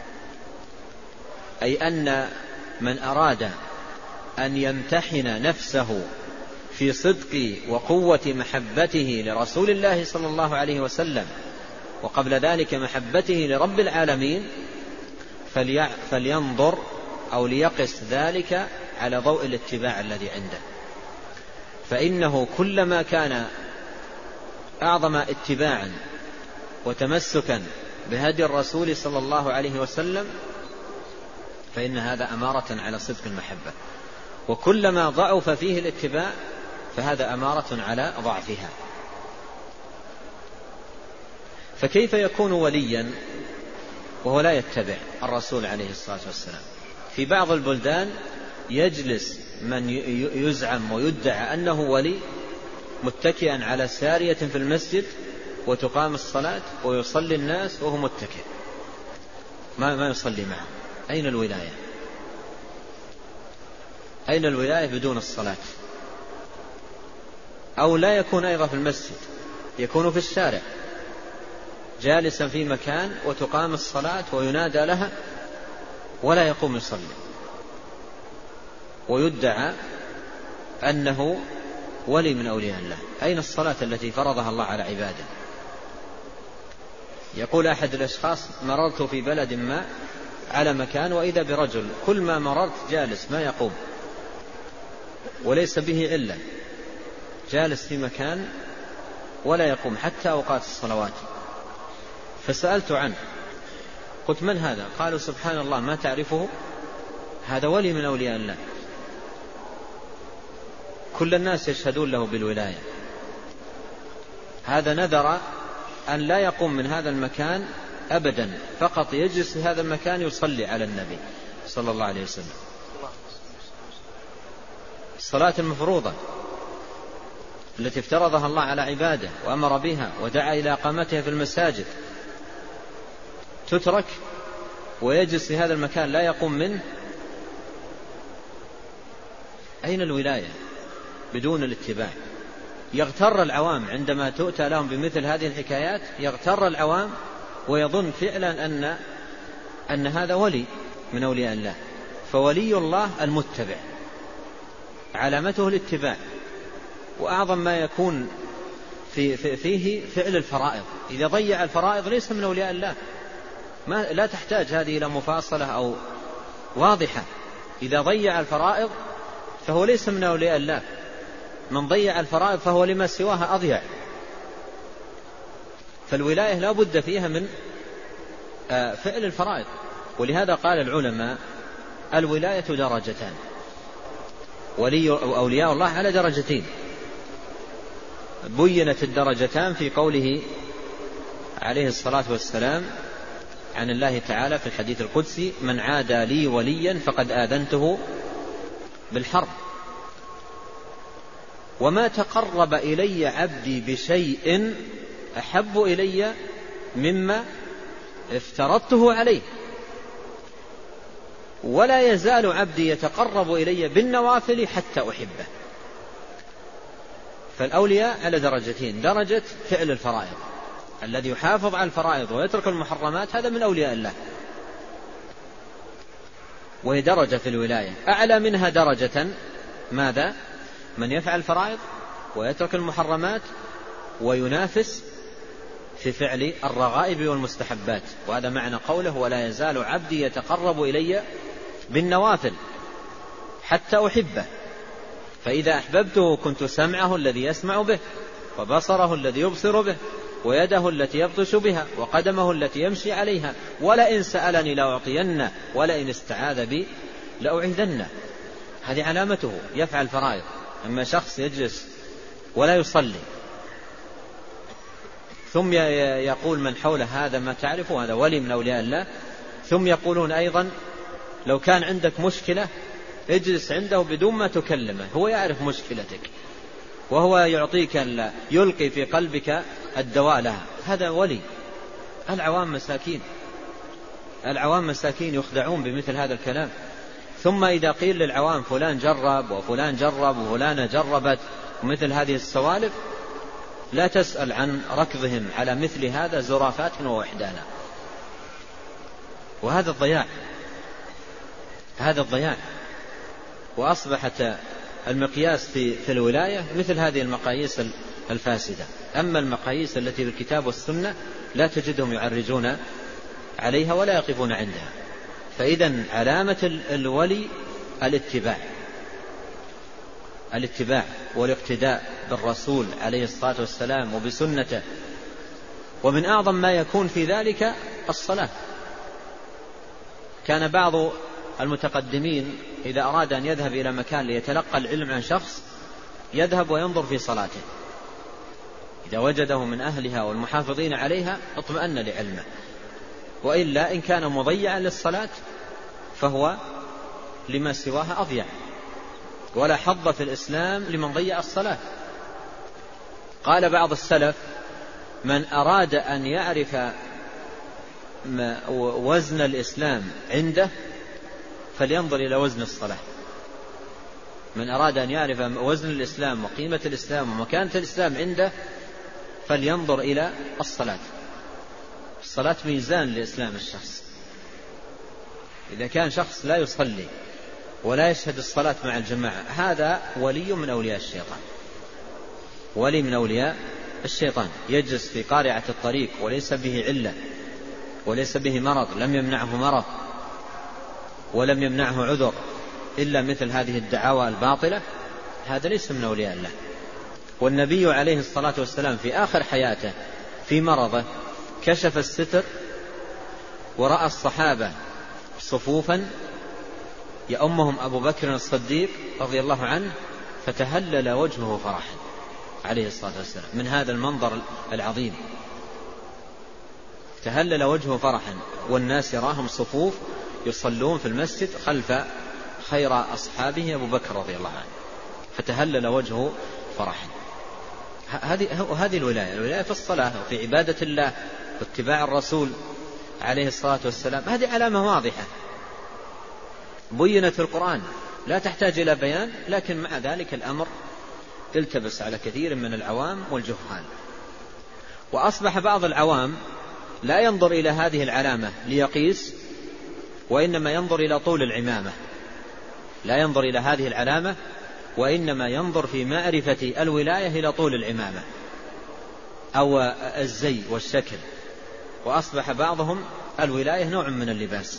أي أن من أراد أن يمتحن نفسه في صدق وقوة محبته لرسول الله صلى الله عليه وسلم وقبل ذلك محبته لرب العالمين، فلينظر أو ليقس ذلك على ضوء الاتباع الذي عنده، فإنه كلما كان أعظم اتباعا وتمسكا بهدي الرسول صلى الله عليه وسلم فإن هذا أمارة على صدق المحبة، وكلما ضعف فيه الاتباع فهذا أمارة على ضعفها. فكيف يكون وليا وهو لا يتبع الرسول عليه الصلاة والسلام؟ في بعض البلدان يجلس من يزعم ويدعى أنه ولي متكئا على سارية في المسجد وتقام الصلاة ويصلي الناس وهو متكئ ما, ما يصلي معه. أين الولاية؟ أين الولاية بدون الصلاة؟ أو لا يكون أيضا في المسجد، يكون في الشارع جالسا في مكان وتقام الصلاة وينادى لها ولا يقوم يصلي، ويدعى أنه ولي من أولياء الله. أين الصلاة التي فرضها الله على عباده؟ يقول أحد الأشخاص: مررت في بلد ما على مكان وإذا برجل كل ما مررت جالس ما يقوم وليس به علة، جالس في مكان ولا يقوم حتى أوقات الصلوات. فسألت عنه قلت: من هذا؟ قالوا: سبحان الله ما تعرفه، هذا ولي من أولياء الله، كل الناس يشهدون له بالولاية، هذا نذر أن لا يقوم من هذا المكان أبدا، فقط يجلس في هذا المكان يصلي على النبي صلى الله عليه وسلم. الصلاة المفروضة التي افترضها الله على عباده وأمر بها ودعا إلى إقامتها في المساجد تترك ويجلس في هذا المكان لا يقوم منه. أين الولاية بدون الاتباع؟ يغتر العوام عندما تؤتى لهم بمثل هذه الحكايات، يغتر العوام ويظن فعلا أن, أن هذا ولي من أولياء الله. فولي الله المتبع علامته الاتباع، وأعظم ما يكون في في فيه فعل الفرائض. إذا ضيع الفرائض ليس من أولياء الله، ما لا تحتاج هذه إلى مفاصلة أو واضحة. إذا ضيع الفرائض فهو ليس من أولياء الله، من ضيع الفرائض فهو لما سواها أضيع. فالولاية لا بد فيها من فعل الفرائض. ولهذا قال العلماء: الولاية درجتان، ولي أولياء الله على درجتين. بينت الدرجتان في قوله عليه الصلاة والسلام عن الله تعالى في الحديث القدسي: من عادى لي وليا فقد آذنته بالحرب. وما تقرب إلي عبدي بشيء أحب إلي مما افترضته عليه، ولا يزال عبدي يتقرب إلي بالنوافل حتى أحبه. فالأولياء على درجتين: درجة فعل الفرائض، الذي يحافظ على الفرائض ويترك المحرمات هذا من أولياء الله، وهي درجة في الولاية. أعلى منها درجة ماذا؟ من يفعل الفرائض ويترك المحرمات وينافس في فعل الرغائب والمستحبات. وهذا معنى قوله: ولا يزال عبدي يتقرب إلي بالنوافل حتى أحبه، فإذا أحببته كنت سمعه الذي يسمع به، وبصره الذي يبصر به، ويده التي يبطش بها، وقدمه التي يمشي عليها، ولئن سألني لأعطينه، ولئن استعاذ بي لأعيذنه. هذه علامته يفعل فرائض. أما شخص يجلس ولا يصلي ثم يقول من حوله: هذا ما تعرفه، هذا ولي من أولياء الله، ثم يقولون أيضا: لو كان عندك مشكلة اجلس عنده بدون ما تكلمه، هو يعرف مشكلتك وهو يعطيك، يلقي في قلبك الدواء لها، هذا ولي. العوام مساكين، العوام مساكين يخدعون بمثل هذا الكلام. ثم إذا قيل للعوام فلان جرب وفلان جرب وفلانة جربت ومثل هذه السوالف، لا تسأل عن ركضهم على مثل هذا زرافات ووحدانا. وهذا الضياع، هذا الضياع. وأصبحت المقياس في, في الولاية مثل هذه المقاييس الفاسدة. أما المقاييس التي في الكتاب والسنة لا تجدهم يعرجون عليها ولا يقفون عندها. فإذن علامة الولي الاتباع الاتباع والاقتداء بالرسول عليه الصلاة والسلام وبسنته، ومن أعظم ما يكون في ذلك الصلاة. كان بعض المتقدمين إذا أراد أن يذهب إلى مكان ليتلقى العلم عن شخص يذهب وينظر في صلاته، إذا وجده من أهلها والمحافظين عليها اطمأن لعلمه، وإلا إن كان مضيعا للصلاة فهو لما سواها أضيع، ولا حظ في الإسلام لمن ضيع الصلاة. قال بعض السلف: من أراد أن يعرف وزن الإسلام عنده فلينظر إلى وزن الصلاة. من أراد أن يعرف وزن الإسلام وقيمة الإسلام ومكانة الإسلام عنده فلينظر إلى الصلاة. الصلاة ميزان لإسلام الشخص. إذا كان شخص لا يصلي ولا يشهد الصلاة مع الجماعة هذا ولي من أولياء الشيطان، ولي من أولياء الشيطان، يجلس في قارعة الطريق وليس به علة وليس به مرض، لم يمنعه مرض ولم يمنعه عذر إلا مثل هذه الدعاوى الباطلة، هذا ليس من أولياء الله. والنبي عليه الصلاة والسلام في آخر حياته في مرضه كشف الستر ورأى الصحابة صفوفا يأمهم أبو بكر الصديق رضي الله عنه، فتهلل وجهه فرحا عليه الصلاة والسلام من هذا المنظر العظيم، تهلل وجهه فرحا، والناس يراهم صفوف يصلون في المسجد خلف خير أصحابه أبو بكر رضي الله عنه، فتهلل وجهه فرحا. هذه هذه الولاية، الولاية في الصلاة وفي عبادة الله واتباع الرسول عليه الصلاة والسلام، هذه علامة واضحة بينت في القرآن لا تحتاج إلى بيان، لكن مع ذلك الأمر التبس على كثير من العوام والجهال. وأصبح بعض العوام لا ينظر إلى هذه العلامة ليقيس، وإنما ينظر إلى طول العمامة، لا ينظر إلى هذه العلامة وإنما ينظر في معرفة الولاية إلى طول العمامة أو الزي والشكل. وأصبح بعضهم الولاية نوع من اللباس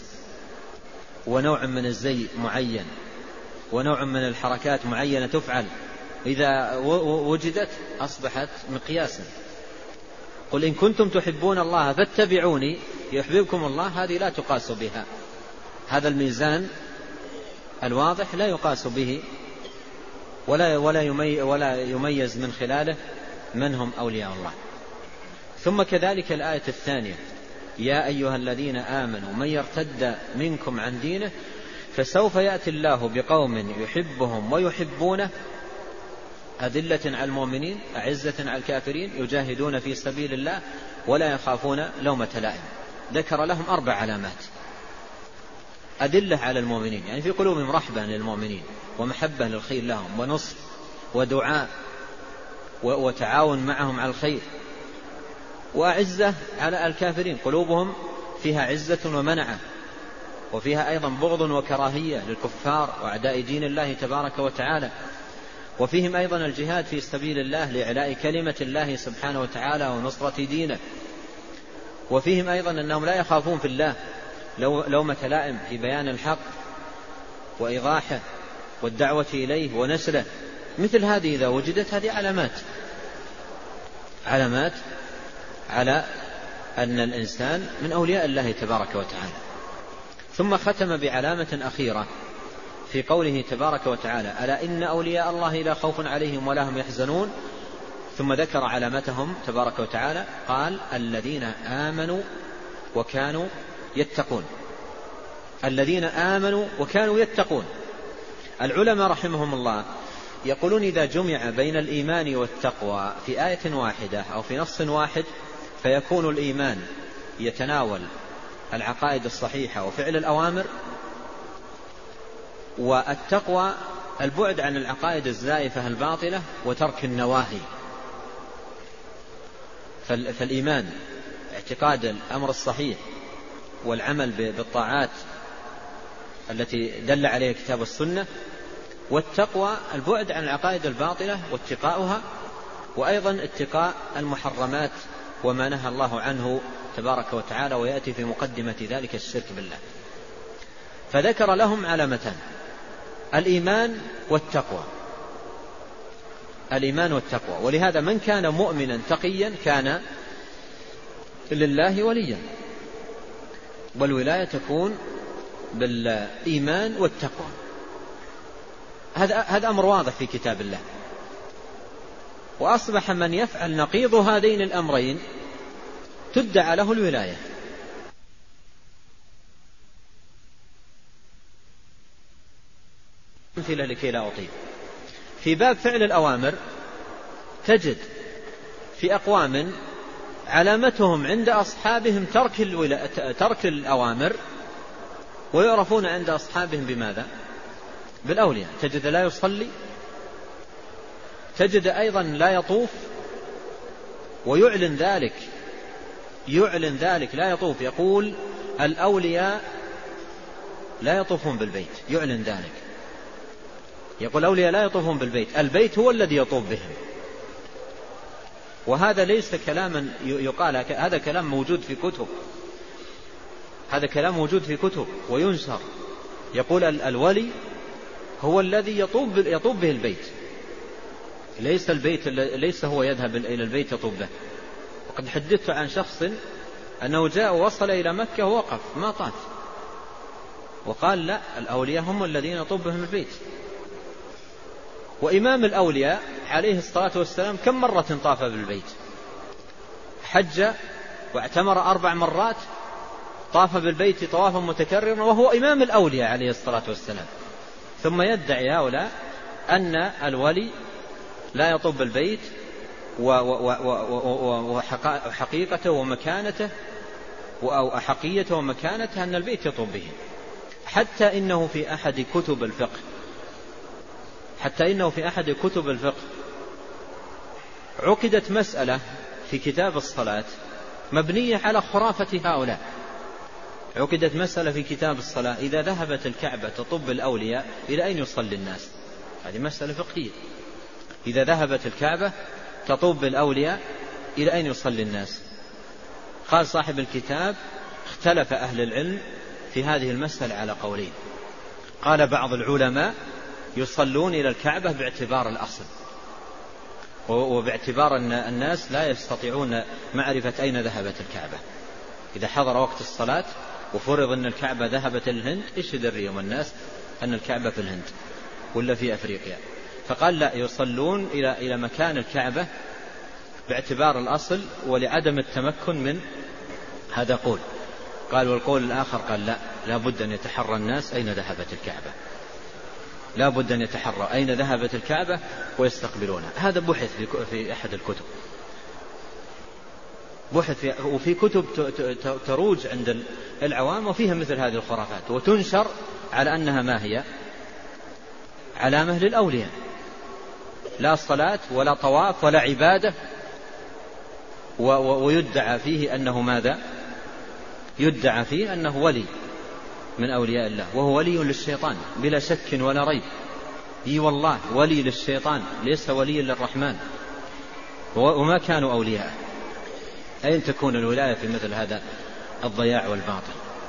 ونوع من الزي معين ونوع من الحركات معينة تفعل، إذا وجدت أصبحت مقياسا. قل إن كنتم تحبون الله فاتبعوني يحببكم الله، هذه لا تقاس بها، هذا الميزان الواضح لا يقاس به ولا ولا يميز, ولا يميز من خلاله من هم أولياء الله. ثم كذلك الآية الثانية: يا أيها الذين آمنوا من يرتد منكم عن دينه فسوف يأتي الله بقوم يحبهم ويحبونه أذلة على المؤمنين أعزة على الكافرين يجاهدون في سبيل الله ولا يخافون لومة لائم. ذكر لهم أربع علامات: أدلة على المؤمنين، يعني في قلوبهم رحبة للمؤمنين ومحبة للخير لهم ونصر ودعاء وتعاون معهم على الخير، وعزة على الكافرين، قلوبهم فيها عزة ومنعة، وفيها أيضا بغض وكراهية للكفار وأعداء دين الله تبارك وتعالى، وفيهم أيضا الجهاد في سبيل الله لإعلاء كلمة الله سبحانه وتعالى ونصرة دينه، وفيهم أيضا أنهم لا يخافون في الله لومة لائم في بيان الحق وإيضاحه والدعوة إليه ونشره. مثل هذه إذا وجدت هذه علامات علامات على أن الإنسان من أولياء الله تبارك وتعالى. ثم ختم بعلامة أخيرة في قوله تبارك وتعالى: ألا إن أولياء الله لا خوف عليهم ولا هم يحزنون. ثم ذكر علامتهم تبارك وتعالى، قال: الذين آمنوا وكانوا يتقون. الذين آمنوا وكانوا يتقون. العلماء رحمهم الله يقولون إذا جمع بين الإيمان والتقوى في آية واحدة أو في نص واحد فيكون الإيمان يتناول العقائد الصحيحة وفعل الأوامر، والتقوى البعد عن العقائد الزائفة الباطلة وترك النواهي. فالإيمان اعتقاد الأمر الصحيح والعمل بالطاعات التي دل عليها كتاب السنة، والتقوى البعد عن العقائد الباطلة واتقاؤها، وأيضا اتقاء المحرمات وما نهى الله عنه تبارك وتعالى، ويأتي في مقدمة ذلك الشرك بالله. فذكر لهم علامتان: الإيمان والتقوى. الإيمان والتقوى. ولهذا من كان مؤمنا تقيا كان لله وليا، والولاية تكون بالإيمان والتقوى. هذا هذا أمر واضح في كتاب الله. وأصبح من يفعل نقيض هذين الأمرين تدعى له الولاية. أمثلة لكي لا أطيل. في باب فعل الأوامر تجد في أقوام علامتهم عند أصحابهم ترك, الولا... ترك الأوامر، ويعرفون عند أصحابهم بماذا؟ بالأولياء. تجد لا يصلي، تجد أيضا لا يطوف، ويعلن ذلك يعلن ذلك لا يطوف. يقول الأولياء لا يطوفون بالبيت، يعلن ذلك. يقول الأولياء لا يطوفون بالبيت، البيت هو الذي يطوف بهم. وهذا ليس كلاما يقال، هذا كلام موجود في كتب، هذا كلام موجود في كتب وينشر. يقول الولي هو الذي يطوف يطوف به البيت، ليس البيت ليس هو يذهب إلى البيت يطوف به. وقد حدثت عن شخص أنه جاء ووصل إلى مكة ووقف ما طاف، وقال لا، الأولياء هم الذين يطوف بهم البيت. وإمام الأولياء عليه الصلاة والسلام كم مرة طاف بالبيت؟ حج واعتمر أربع مرات، طاف بالبيت طوافا متكررا، وهو إمام الأولياء عليه الصلاة والسلام. ثم يدعي هؤلاء أن الولي لا يطوف بالبيت وحقيقته ومكانته أو أحقيته ومكانته أن البيت يطوف به. حتى إنه في أحد كتب الفقه حتى إنه في أحد كتب الفقه عقدت مسألة في كتاب الصلاة مبنية على خرافة هؤلاء. عقدت مسألة في كتاب الصلاة: إذا ذهبت الكعبة تطوف بالأولياء إلى أين يصلي الناس؟ هذه مسألة فقهية. إذا ذهبت الكعبة تطوف بالأولياء إلى أين يصلي الناس؟ قال صاحب الكتاب: اختلف أهل العلم في هذه المسألة على قولين. قال بعض العلماء: يصلون إلى الكعبة باعتبار الأصل، وباعتبار أن الناس لا يستطيعون معرفة أين ذهبت الكعبة. إذا حضر وقت الصلاة وفرض أن الكعبة ذهبت الهند، إيش يدري يوم الناس أن الكعبة في الهند ولا في أفريقيا؟ فقال لا، يصلون إلى إلى مكان الكعبة باعتبار الأصل ولعدم التمكن من هذا قول. قال والقول الآخر قال لا، لا بد أن يتحرى الناس أين ذهبت الكعبة، لا بد أن يتحرى أين ذهبت الكعبة ويستقبلونها. هذا بحث في أحد الكتب، بحث في وفي كتب تروج عند العوام وفيها مثل هذه الخرافات، وتنشر على أنها ما هي علامة للأولياء، لا صلاة ولا طواف ولا عبادة، ويدعى فيه أنه ماذا؟ يدعى فيه أنه ولي من أولياء الله، وهو ولي للشيطان بلا شك ولا ريب. اي والله ولي للشيطان ليس ولي للرحمن، وما كانوا أولياء. أين تكون الولاية في مثل هذا الضياع والباطل؟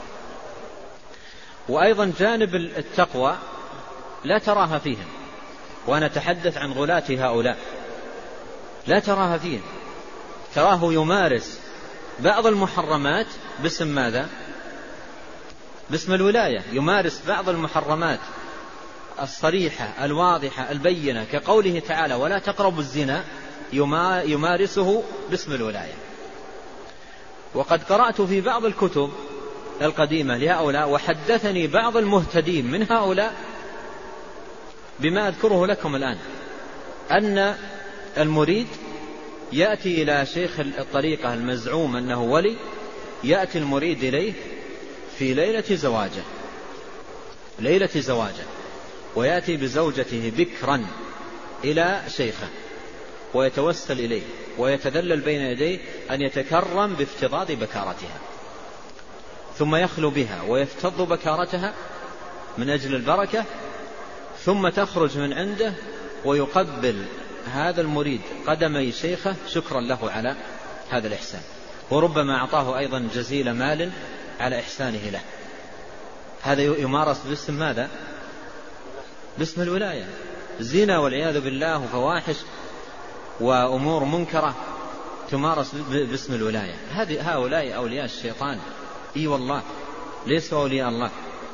وأيضا جانب التقوى لا تراها فيهم، وأنا أتحدث عن غلاة هؤلاء، لا تراها فيهم. تراه يمارس بعض المحرمات باسم ماذا؟ باسم الولاية. يمارس بعض المحرمات الصريحة الواضحة البينة كقوله تعالى ولا تقربوا الزنا، يمارسه باسم الولاية. وقد قرأت في بعض الكتب القديمة لهؤلاء، وحدثني بعض المهتدين من هؤلاء بما أذكره لكم الآن، أن المريد يأتي إلى شيخ الطريقة المزعوم أنه ولي، يأتي المريد إليه في ليلة زواجه ليلة زواجه ويأتي بزوجته بكرا إلى شيخه، ويتوسل إليه ويتذلل بين يديه أن يتكرم بافتضاض بكارتها، ثم يخلو بها ويفتض بكارتها من أجل البركة، ثم تخرج من عنده ويقبل هذا المريد قدمي شيخه شكرا له على هذا الإحسان، وربما أعطاه أيضا جزيل مال على إحسانه له. هذا يمارس باسم ماذا؟ باسم الولاية. زنا والعياذ بالله وفواحش وأمور منكرة تمارس باسم الولاية. هذه هؤلاء أولياء الشيطان. إي والله ليسوا أولياء الله.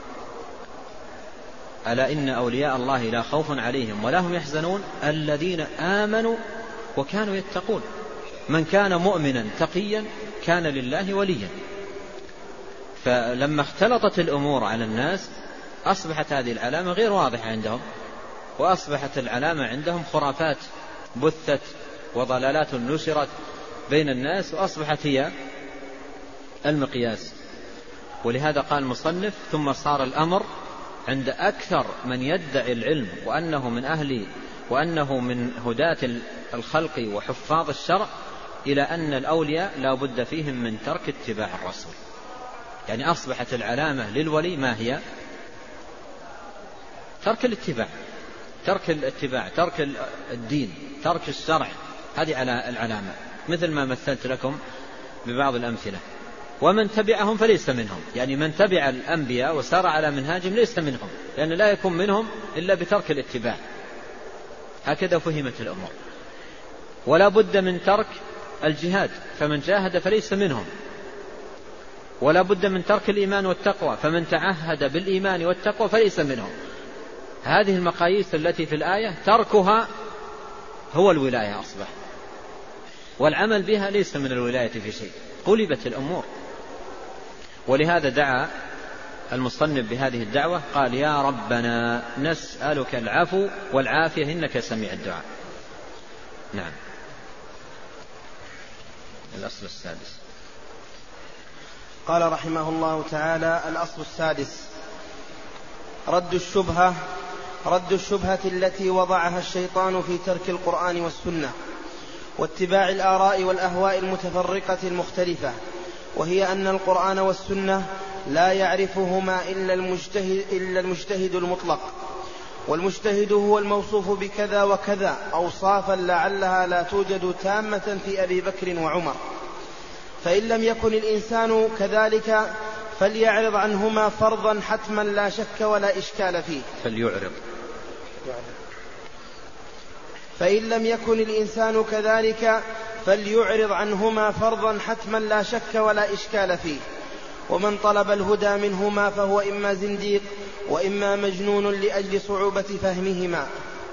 ألا إن أولياء الله لا خوف عليهم ولا هم يحزنون الذين آمنوا وكانوا يتقون. من كان مؤمنا تقيا كان لله وليا. فلما اختلطت الأمور على الناس أصبحت هذه العلامة غير واضحة عندهم، وأصبحت العلامة عندهم خرافات بثت وضلالات نشرت بين الناس، وأصبحت هي المقياس. ولهذا قال المصنف: ثم صار الأمر عند أكثر من يدعي العلم وأنه من أهل وأنه من هداة الخلق وحفاظ الشرع إلى أن الأولياء لا بد فيهم من ترك اتباع الرسول. يعني أصبحت العلامة للولي ما هي؟ ترك الاتباع، ترك الاتباع، ترك الدين، ترك الشرع. هذه على العلامة، مثل ما مثلت لكم ببعض الأمثلة. ومن تبعهم فليس منهم، يعني من تبع الأنبياء وسار على منهاجهم ليس منهم، لأن لا يكون منهم إلا بترك الاتباع. هكذا فهمت الأمور. ولا بد من ترك الجهاد، فمن جاهد فليس منهم. ولا بد من ترك الإيمان والتقوى، فمن تعهد بالإيمان والتقوى فليس منهم. هذه المقاييس التي في الآية تركها هو الولاية أصبح، والعمل بها ليس من الولاية في شيء. قلبت الأمور. ولهذا دعا المصنف بهذه الدعوة، قال: يا ربنا نسألك العفو والعافية إنك سميع الدعاء. نعم. الأصل السادس. قال رحمه الله تعالى: الأصل السادس رد الشبهة رد الشبهة التي وضعها الشيطان في ترك القرآن والسنة واتباع الآراء والأهواء المتفرقة المختلفة، وهي أن القرآن والسنة لا يعرفهما إلا المجتهد, إلا المجتهد المطلق، والمجتهد هو الموصوف بكذا وكذا أوصافا لعلها لا توجد تامة في أبي بكر وعمر. فإن لم يكن الإنسان كذلك فليعرض عنهما فرضا حتما لا شك ولا إشكال فيه. فليعرض فإن لم يكن الإنسان كذلك فليعرض عنهما فرضا حتما لا شك ولا إشكال فيه. ومن طلب الهدى منهما فهو إما زنديق وإما مجنون لأجل صعوبة فهمهما.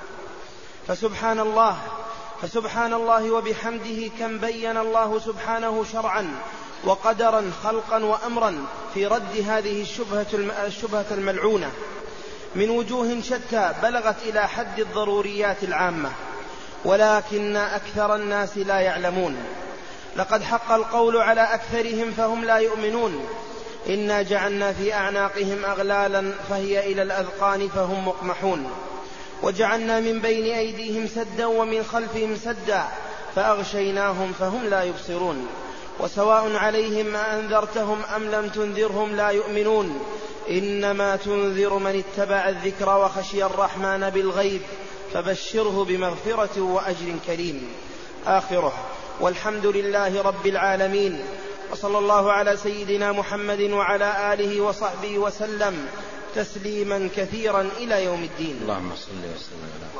فسبحان الله فسبحان الله وبحمده كم بين الله سبحانه شرعا وقدرا خلقا وأمرا في رد هذه الشبهة, الشبهة الملعونة من وجوه شتى بلغت إلى حد الضروريات العامة، ولكن أكثر الناس لا يعلمون. لقد حق القول على أكثرهم فهم لا يؤمنون. إنا جعلنا في أعناقهم أغلالا فهي إلى الأذقان فهم مقمحون، وجعلنا من بين أيديهم سدا ومن خلفهم سدا فأغشيناهم فهم لا يبصرون. وسواء عليهم أنذرتهم أم لم تنذرهم لا يؤمنون. إنما تنذر من اتبع الذكر وخشي الرحمن بالغيب فبشره بمغفرة وأجر كريم. آخره. والحمد لله رب العالمين، وصلى الله على سيدنا محمد وعلى آله وصحبه وسلم تسليما كثيرا إلى يوم الدين. اللهم صل وسلم على.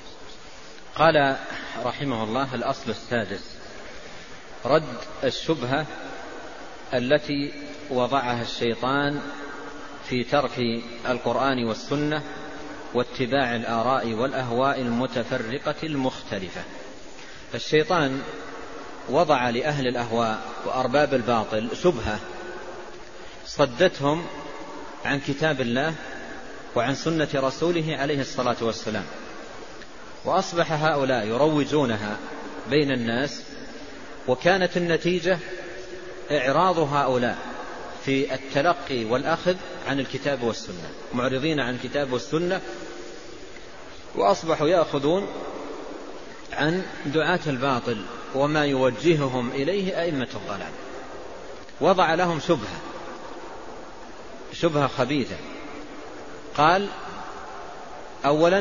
قال رحمه الله: الأصل السادس رد الشبهة التي وضعها الشيطان في ترك القرآن والسنة واتباع الآراء والأهواء المتفرقة المختلفة. الشيطان وضع لأهل الأهواء وأرباب الباطل شبهة صدتهم عن كتاب الله وعن سنة رسوله عليه الصلاة والسلام، وأصبح هؤلاء يروجونها بين الناس، وكانت النتيجة إعراض هؤلاء في التلقي والأخذ عن الكتاب والسنة، معرضين عن الكتاب والسنة، وأصبحوا يأخذون عن دعاة الباطل وما يوجههم إليه أئمة الضلال. وضع لهم شبهة شبهة خبيثة. قال: أولا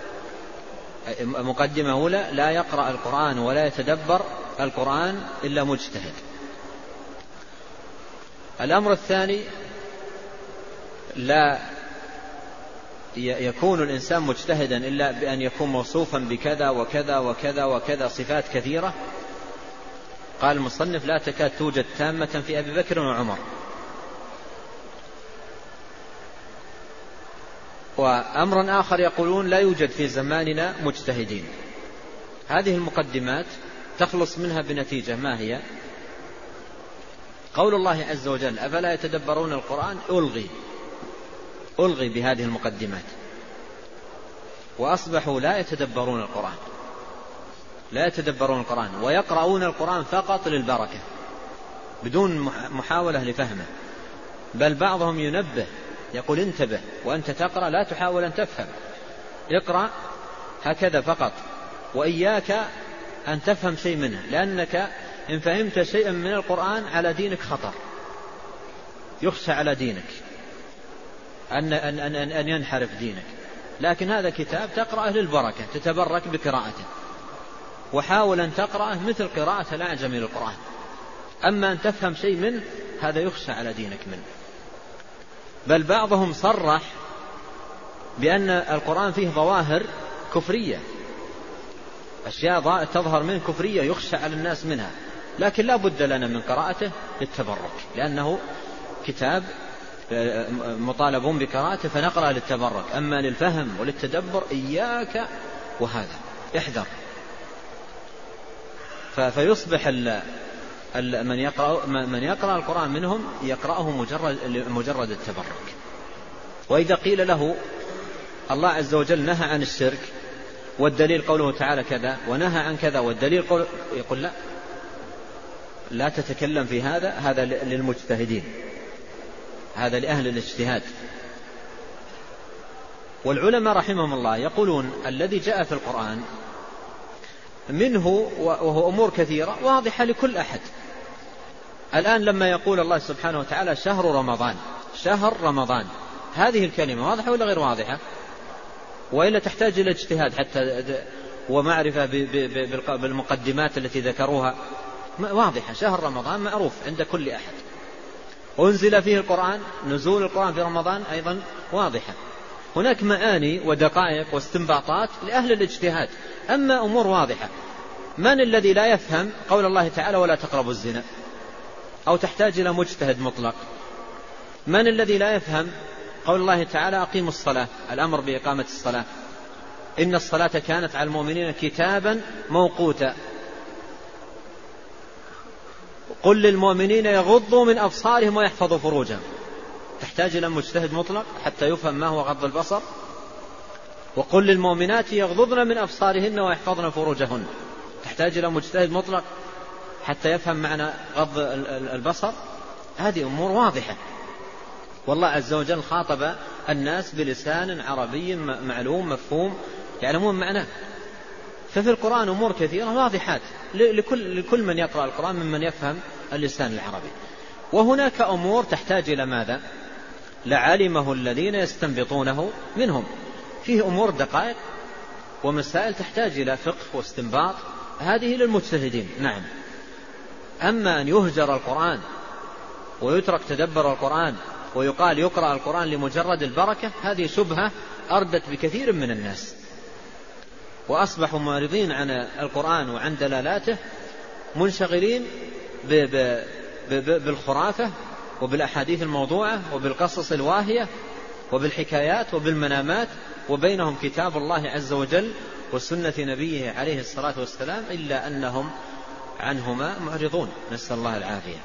مقدمة أولى: لا يقرأ القرآن ولا يتدبر القرآن إلا مجتهد. الأمر الثاني: لا يكون الإنسان مجتهدا إلا بأن يكون موصوفا بكذا وكذا وكذا وكذا صفات كثيرة. قال المصنف: لا تكاد توجد تامة في أبي بكر وعمر. وأمر آخر يقولون: لا يوجد في زماننا مجتهدين. هذه المقدمات تخلص منها بنتيجة، ما هي؟ قول الله عز وجل: أفلا يتدبرون القرآن، ألغي ألغي بهذه المقدمات، وأصبحوا لا يتدبرون القرآن لا يتدبرون القرآن ويقرؤون القرآن فقط للبركة بدون محاولة لفهمه. بل بعضهم ينبه يقول: انتبه وأنت تقرأ، لا تحاول أن تفهم، اقرأ هكذا فقط، وإياك أن تفهم شيء منه، لأنك إن فهمت شيئا من القرآن على دينك خطر، يخشى على دينك أن, أن, أن, أن ينحرف دينك. لكن هذا كتاب تقرأه للبركة، تتبرك بقراءته، وحاول أن تقرأه مثل قراءة الأعجمي للقرآن. أما أن تفهم شيء منه هذا يخشى على دينك منه. بل بعضهم صرح بأن القرآن فيه ظواهر كفرية، أشياء تظهر منه كفرية يخشى على الناس منها، لكن لا بد لنا من قراءته للتبرك، لأنه كتاب مطالبون بقراءته فنقرأ للتبرك. أما للفهم وللتدبر إياك وهذا، احذر. فيصبح ال من يقرأ, من يقرأ القرآن منهم يقرأه مجرد, مجرد التبرك. وإذا قيل له الله عز وجل نهى عن الشرك والدليل قوله تعالى كذا، ونهى عن كذا والدليل قوله، يقول: لا لا تتكلم في هذا، هذا للمجتهدين، هذا لأهل الاجتهاد. والعلماء رحمهم الله يقولون: الذي جاء في القرآن منه وهو أمور كثيرة واضحة لكل أحد. الآن لما يقول الله سبحانه وتعالى شهر رمضان، شهر رمضان، هذه الكلمة واضحة ولا غير واضحة؟ وإلا تحتاج إلى اجتهاد حتى ومعرفة بالمقدمات التي ذكروها. واضحة، شهر رمضان معروف عند كل أحد. أنزل فيه القرآن، نزول القرآن في رمضان أيضا واضحة. هناك معاني ودقائق واستنباطات لأهل الاجتهاد، أما أمور واضحة. من الذي لا يفهم قول الله تعالى ولا تقربوا الزنا، أو تحتاج إلى مجتهد مطلق؟ من الذي لا يفهم قول الله تعالى أقيموا الصلاة، الأمر بإقامة الصلاة، إن الصلاة كانت على المؤمنين كتابا موقوتا، قل للمؤمنين يغضوا من أبصارهم ويحفظوا فروجهم؟ تحتاج إلى مجتهد مطلق حتى يفهم ما هو غض البصر. وقل للمؤمنات يغضضن من أبصارهن ويحفظن فروجهن، تحتاج إلى مجتهد مطلق حتى يفهم معنى غض البصر. هذه أمور واضحة، والله عز وجل خاطب الناس بلسان عربي معلوم مفهوم يعلمون معناه. ففي القرآن أمور كثيرة واضحات لكل, لكل من يقرأ القرآن ممن يفهم اللسان العربي. وهناك أمور تحتاج إلى ماذا؟ لعلمه الذين يستنبطونه منهم. فيه أمور دقائق ومسائل تحتاج إلى فقه واستنباط، هذه للمجتهدين. نعم. أما أن يهجر القرآن ويترك تدبر القرآن ويقال يقرأ القرآن لمجرد البركة، هذه شبهة أردت بكثير من الناس، وأصبحوا معرضين عن القرآن وعن دلالاته، منشغلين بالخرافة وبالأحاديث الموضوعة وبالقصص الواهية وبالحكايات وبالمنامات، وبينهم كتاب الله عز وجل وسنة نبيه عليه الصلاة والسلام، إلا أنهم عنهما معرضون، نسأل الله العافية.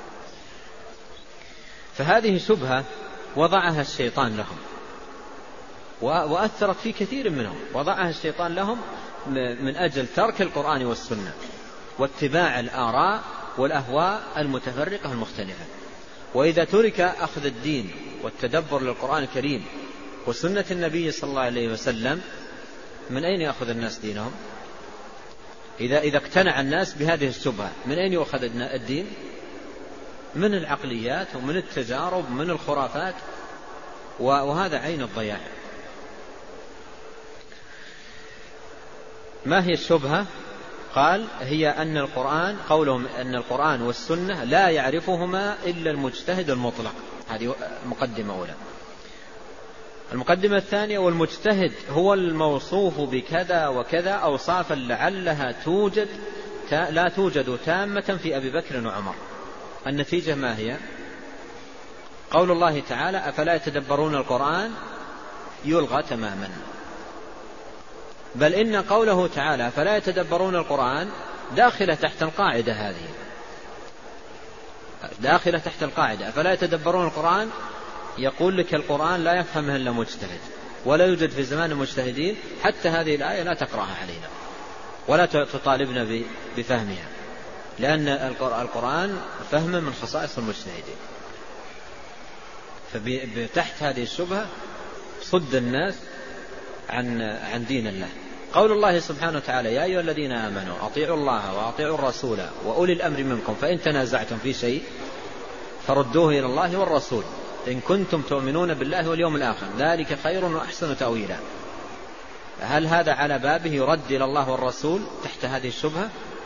فهذه شبهة وضعها الشيطان لهم وأثرت في كثير منهم، وضعها الشيطان لهم من أجل ترك القرآن والسنة واتباع الآراء والأهواء المتفرقة المختلفة. وإذا ترك أخذ الدين والتدبر للقرآن الكريم وسنة النبي صلى الله عليه وسلم، من أين يأخذ الناس دينهم؟ إذا إذا اقتنع الناس بهذه الشبهة، من أين يأخذ الدين؟ من العقليات ومن التجارب ومن الخرافات، وهذا عين الضياع. ما هي الشبهة؟ قال: هي أن القرآن، قولهم أن القرآن والسنة لا يعرفهما إلا المجتهد المطلق. هذه مقدمة أولى. المقدمة الثانية: والمجتهد هو الموصوف بكذا وكذا أوصافا لعلها توجد لا توجد تامة في أبي بكر وعمر. النتيجة ما هي؟ قول الله تعالى: أفلا يتدبرون القرآن يلغى تماما. بل إن قوله تعالى أفلا يتدبرون القرآن داخلة تحت القاعدة هذه، داخلة تحت القاعدة أفلا يتدبرون القرآن. يقول لك القرآن لا يفهمه إلا مجتهد، ولا يوجد في زمان المجتهدين، حتى هذه الآية لا تقرأها علينا ولا تطالبنا بفهمها، لأن القرآن فهم من خصائص المجتهدين. فتحت هذه الشبهة صد الناس عن عن دين الله. قول الله سبحانه وتعالى: يا أيها الذين آمنوا أطيعوا الله وأطيعوا الرسول وأولي الأمر منكم فإن تنازعتم في شيء فردوه إلى الله والرسول إن كنتم تؤمنون بالله واليوم الآخر ذلك خير وأحسن تأويلا. هل هذا على بابه يرد إلى الله والرسول تحت هذه الشبهة؟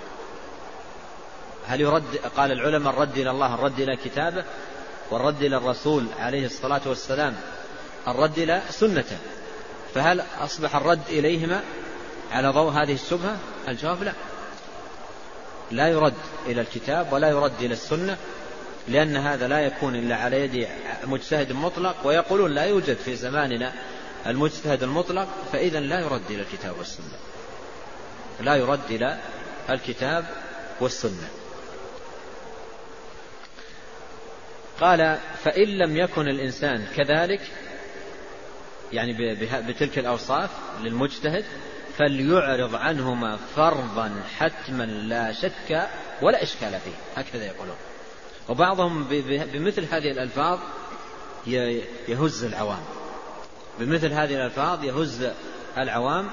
هل يرد؟ قال العلماء: الرد إلى الله الرد إلى كتابه، والرد إلى الرسول عليه الصلاة والسلام الرد إلى سنته. فهل أصبح الرد إليهما على ضوء هذه الشبهة؟ الجواب لا، لا يرد إلى الكتاب ولا يرد إلى السنة، لأن هذا لا يكون إلا على يد مجتهد مطلق، ويقولون لا يوجد في زماننا المجتهد المطلق، فإذا لا يرد إلى الكتاب والسنة، لا يرد إلى الكتاب والسنة. قال: فإن لم يكن الإنسان كذلك، يعني بتلك الأوصاف للمجتهد، فليعرض عنهما فرضا حتما لا شك ولا إشكال فيه، هكذا يقولون. وبعضهم بمثل هذه الألفاظ يهز العوام، بمثل هذه الألفاظ يهز العوام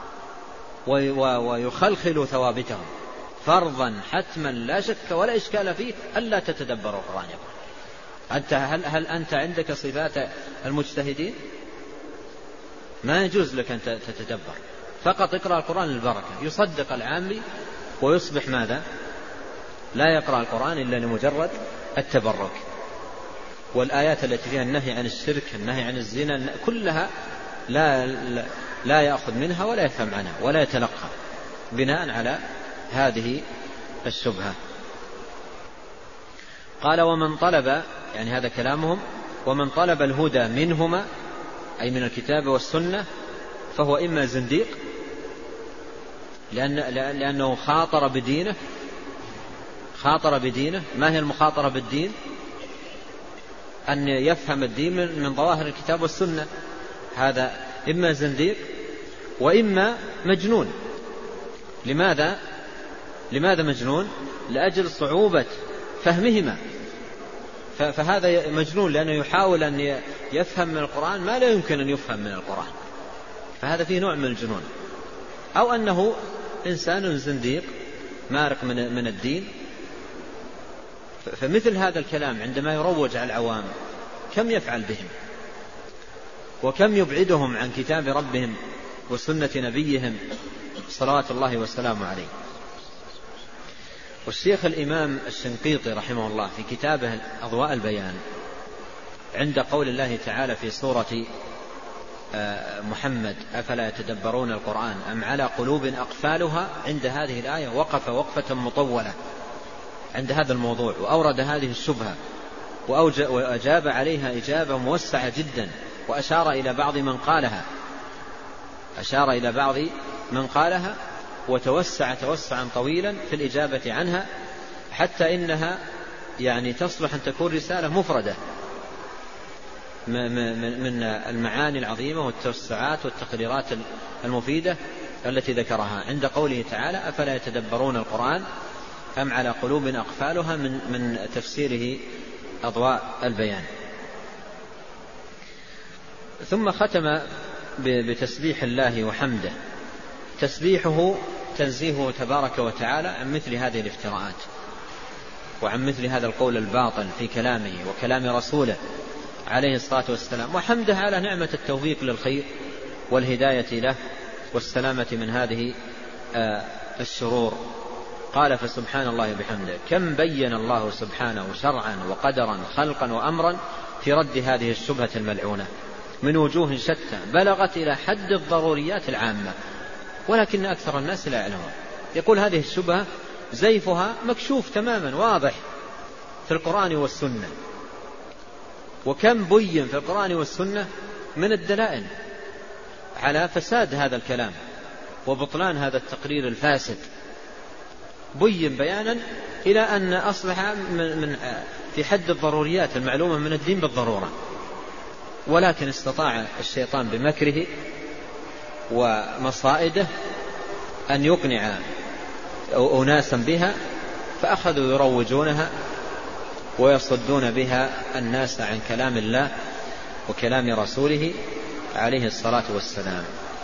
ويخلخل ثوابتهم. فرضا حتما لا شك ولا إشكال فيه ألا تتدبر القرآن. أنت هل, هل أنت عندك صفات المجتهدين؟ ما يجوز لك أن تتدبر، فقط اقرأ القرآن للبركة. يصدق العامي ويصبح ماذا؟ لا يقرأ القرآن إلا لمجرد التبرك. والآيات التي فيها النهي عن الشرك، النهي عن الزنا، كلها لا, لا, لا يأخذ منها ولا يفهم عنها ولا يتلقى بناء على هذه الشبهة. قال: ومن طلب، يعني هذا كلامهم، ومن طلب الهدى منهما أي من الكتاب والسنة فهو إما زنديق لأن لأنه خاطر بدينه خاطر بدينه ما هي المخاطرة بالدين؟ أن يفهم الدين من ظواهر الكتاب والسنة. هذا إما زنديق وإما مجنون. لماذا؟ لماذا مجنون؟ لأجل صعوبة فهمهما. فهذا مجنون لأنه يحاول أن يفهم من القرآن ما لا يمكن أن يفهم من القرآن، فهذا فيه نوع من الجنون. أو أنه إنسان زنديق مارق من من الدين. فمثل هذا الكلام عندما يروج على العوام كم يفعل بهم، وكم يبعدهم عن كتاب ربهم وسنة نبيهم صلوات الله وسلامه عليه. والشيخ الإمام الشنقيطي رحمه الله في كتابه أضواء البيان عند قول الله تعالى في سورة محمد: أفلا يتدبرون القرآن أم على قلوب أقفالها، عند هذه الآية وقف وقفة مطولة عند هذا الموضوع، وأورد هذه الشبهة وأجاب عليها إجابة موسعة جدا، وأشار إلى بعض من قالها أشار إلى بعض من قالها وتوسع توسعا طويلا في الإجابة عنها، حتى إنها يعني تصلح أن تكون رسالة مفردة من المعاني العظيمة والتوسعات والتقريرات المفيدة التي ذكرها عند قوله تعالى: أفلا يتدبرون القرآن أم على قلوب أقفالها، من من تفسيره أضواء البيان. ثم ختم بتسبيح الله وحمده. تسبيحه تنزيهه تبارك وتعالى عن مثل هذه الافتراءات وعن مثل هذا القول الباطل في كلامه وكلام رسوله عليه الصلاة والسلام، وحمده على نعمة التوفيق للخير والهداية له والسلامة من هذه الشرور. قال: فسبحان الله بحمده. كم بين الله سبحانه شرعا وقدرا خلقا وأمرا في رد هذه الشبهة الملعونة. من وجوه شتى بلغت إلى حد الضروريات العامة، ولكن أكثر الناس لا يعلمون. يقول هذه الشبهة زيفها مكشوف تماما واضح في القرآن والسنة، وكم بين في القرآن والسنة من الدلائل على فساد هذا الكلام وبطلان هذا التقرير الفاسد، بين بيانا إلى أن أصبح من في حد الضروريات المعلومة من الدين بالضرورة. ولكن استطاع الشيطان بمكره ومصائده أن يقنع أناسا بها، فأخذوا يروجونها ويصدون بها الناس عن كلام الله وكلام رسوله عليه الصلاة والسلام.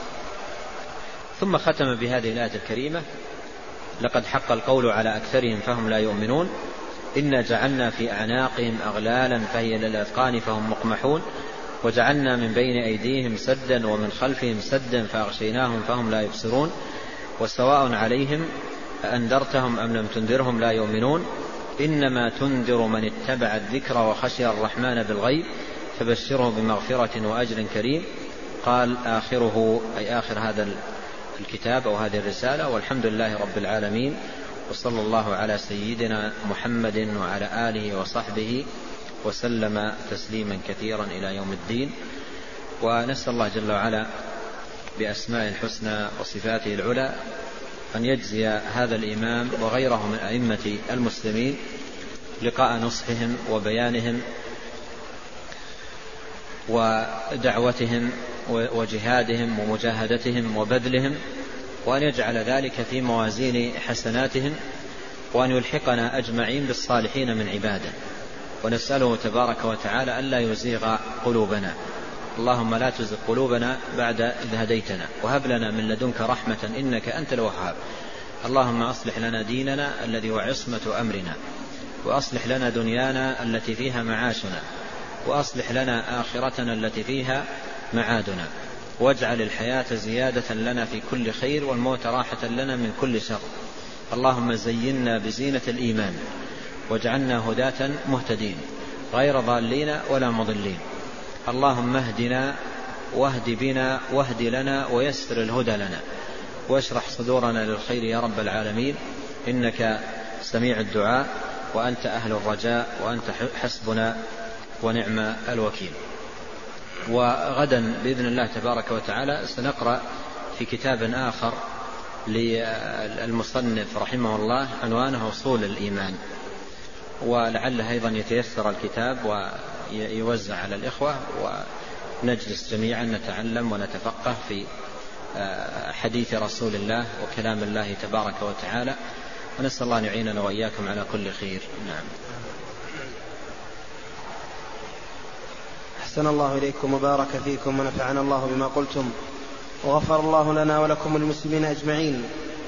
ثم ختم بهذه الآية الكريمة: لقد حق القول على أكثرهم فهم لا يؤمنون، إنا جعلنا في أعناقهم أغلالا فهي للأذقان فهم مقمحون، وجعلنا من بين أيديهم سدا ومن خلفهم سدا فأغشيناهم فهم لا يبصرون، وسواء عليهم أأنذرتهم أم لم تنذرهم لا يؤمنون، إنما تنذر من اتبع الذكر وخشي الرحمن بالغيب فبشره بمغفرة وأجر كريم. قال آخره أي آخر هذا الكتاب أو هذه الرسالة: والحمد لله رب العالمين، وصلى الله على سيدنا محمد وعلى آله وصحبه وسلم تسليما كثيرا إلى يوم الدين. ونسأل الله جل وعلا بأسماء الحسنى وصفاته العلى أن يجزي هذا الإمام وغيره من أئمة المسلمين لقاء نصحهم وبيانهم ودعوتهم وجهادهم ومجاهدتهم وبذلهم، وأن يجعل ذلك في موازين حسناتهم، وأن يلحقنا أجمعين بالصالحين من عباده. ونسأله تبارك وتعالى ألا يزيغ قلوبنا، اللهم لا تزغ قلوبنا بعد إذ هديتنا، وهب لنا من لدنك رحمة إنك أنت الوهاب. اللهم أصلح لنا ديننا الذي هو عصمة أمرنا، وأصلح لنا دنيانا التي فيها معاشنا، وأصلح لنا آخرتنا التي فيها معادنا، واجعل الحياة زيادة لنا في كل خير والموت راحة لنا من كل شر. اللهم زينا بزينة الإيمان، واجعلنا هداة مهتدين غير ضالين ولا مضلين. اللهم اهدنا واهد بنا واهد لنا ويسر الهدى لنا، واشرح صدورنا للخير يا رب العالمين، إنك سميع الدعاء وأنت أهل الرجاء وأنت حسبنا ونعم الوكيل. وغدا بإذن الله تبارك وتعالى سنقرأ في كتاب آخر للمصنف رحمه الله عنوانه أصول الإيمان، ولعله أيضا يتيسر الكتاب ويوزع على الإخوة، ونجلس جميعا نتعلم ونتفقه في حديث رسول الله وكلام الله تبارك وتعالى، ونسأل الله أن يعيننا وإياكم على كل خير. نعم. أحسن الله إليكم وبارك فيكم ونفعنا الله بما قلتم، وغفر الله لنا ولكم المسلمين أجمعين.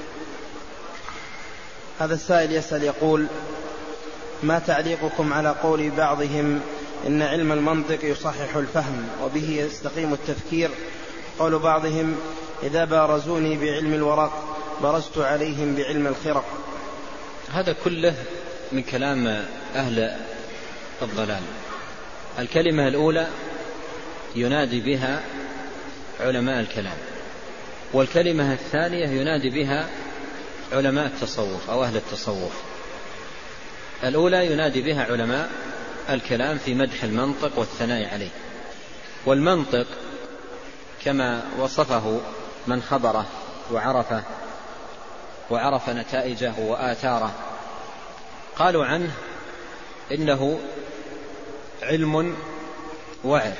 هذا السائل يسأل يقول: ما تعليقكم على قول بعضهم إن علم المنطق يصحح الفهم وبه يستقيم التفكير، قول بعضهم إذا بارزوني بعلم الورق برزت عليهم بعلم الخرق؟ هذا كله من كلام أهل الضلال. الكلمة الأولى ينادي بها علماء الكلام، والكلمة الثانية ينادي بها علماء التصوف أو أهل التصوف. الأولى ينادي بها علماء الكلام في مدح المنطق والثناء عليه. والمنطق كما وصفه من خبره وعرفه وعرف نتائجه وآثاره، قالوا عنه إنه علم وعر،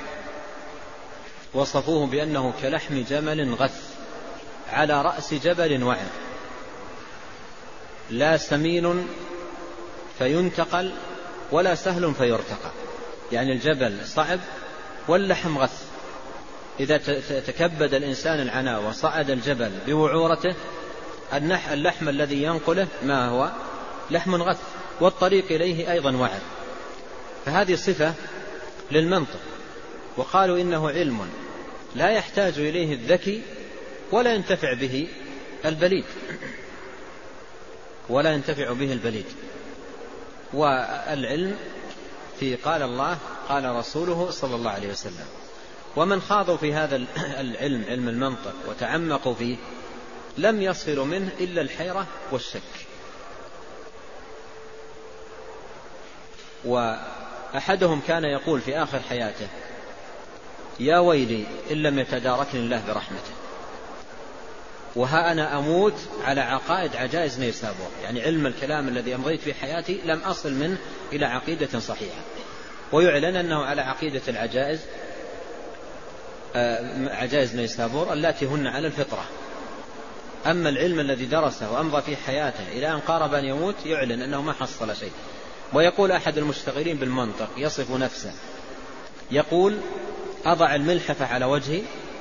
وصفوه بأنه كلحم جمل غث على رأس جبل وعر، لا سمين فينتقل ولا سهل فيرتقى، يعني الجبل صعب واللحم غث. إذا تكبد الإنسان العناء وصعد الجبل بوعورته، اللحم الذي ينقله ما هو لحم غث، والطريق إليه أيضا وعر. فهذه صفة للمنطق. وقالوا إنه علم لا يحتاج إليه الذكي ولا ينتفع به البليد ولا ينتفع به البليد. والعلم في قال الله قال رسوله صلى الله عليه وسلم. ومن خاضوا في هذا العلم علم المنطق وتعمقوا فيه لم يصلوا منه إلا الحيرة والشك. وأحدهم كان يقول في آخر حياته: يا ويلي إن لم يتداركني الله برحمته، وها أنا أموت على عقائد عجائز نيسابور. يعني علم الكلام الذي أمضيت في حياتي لم أصل منه إلى عقيدة صحيحة، ويعلن أنه على عقيدة العجائز عجائز نيسابور التي هن على الفطرة. أما العلم الذي درسه وأمضى في حياته إلى أن قارب أن يموت يعلن أنه ما حصل شيء. ويقول أحد المشتغلين بالمنطق يصف نفسه، يقول: أضع الملحفة على وجهي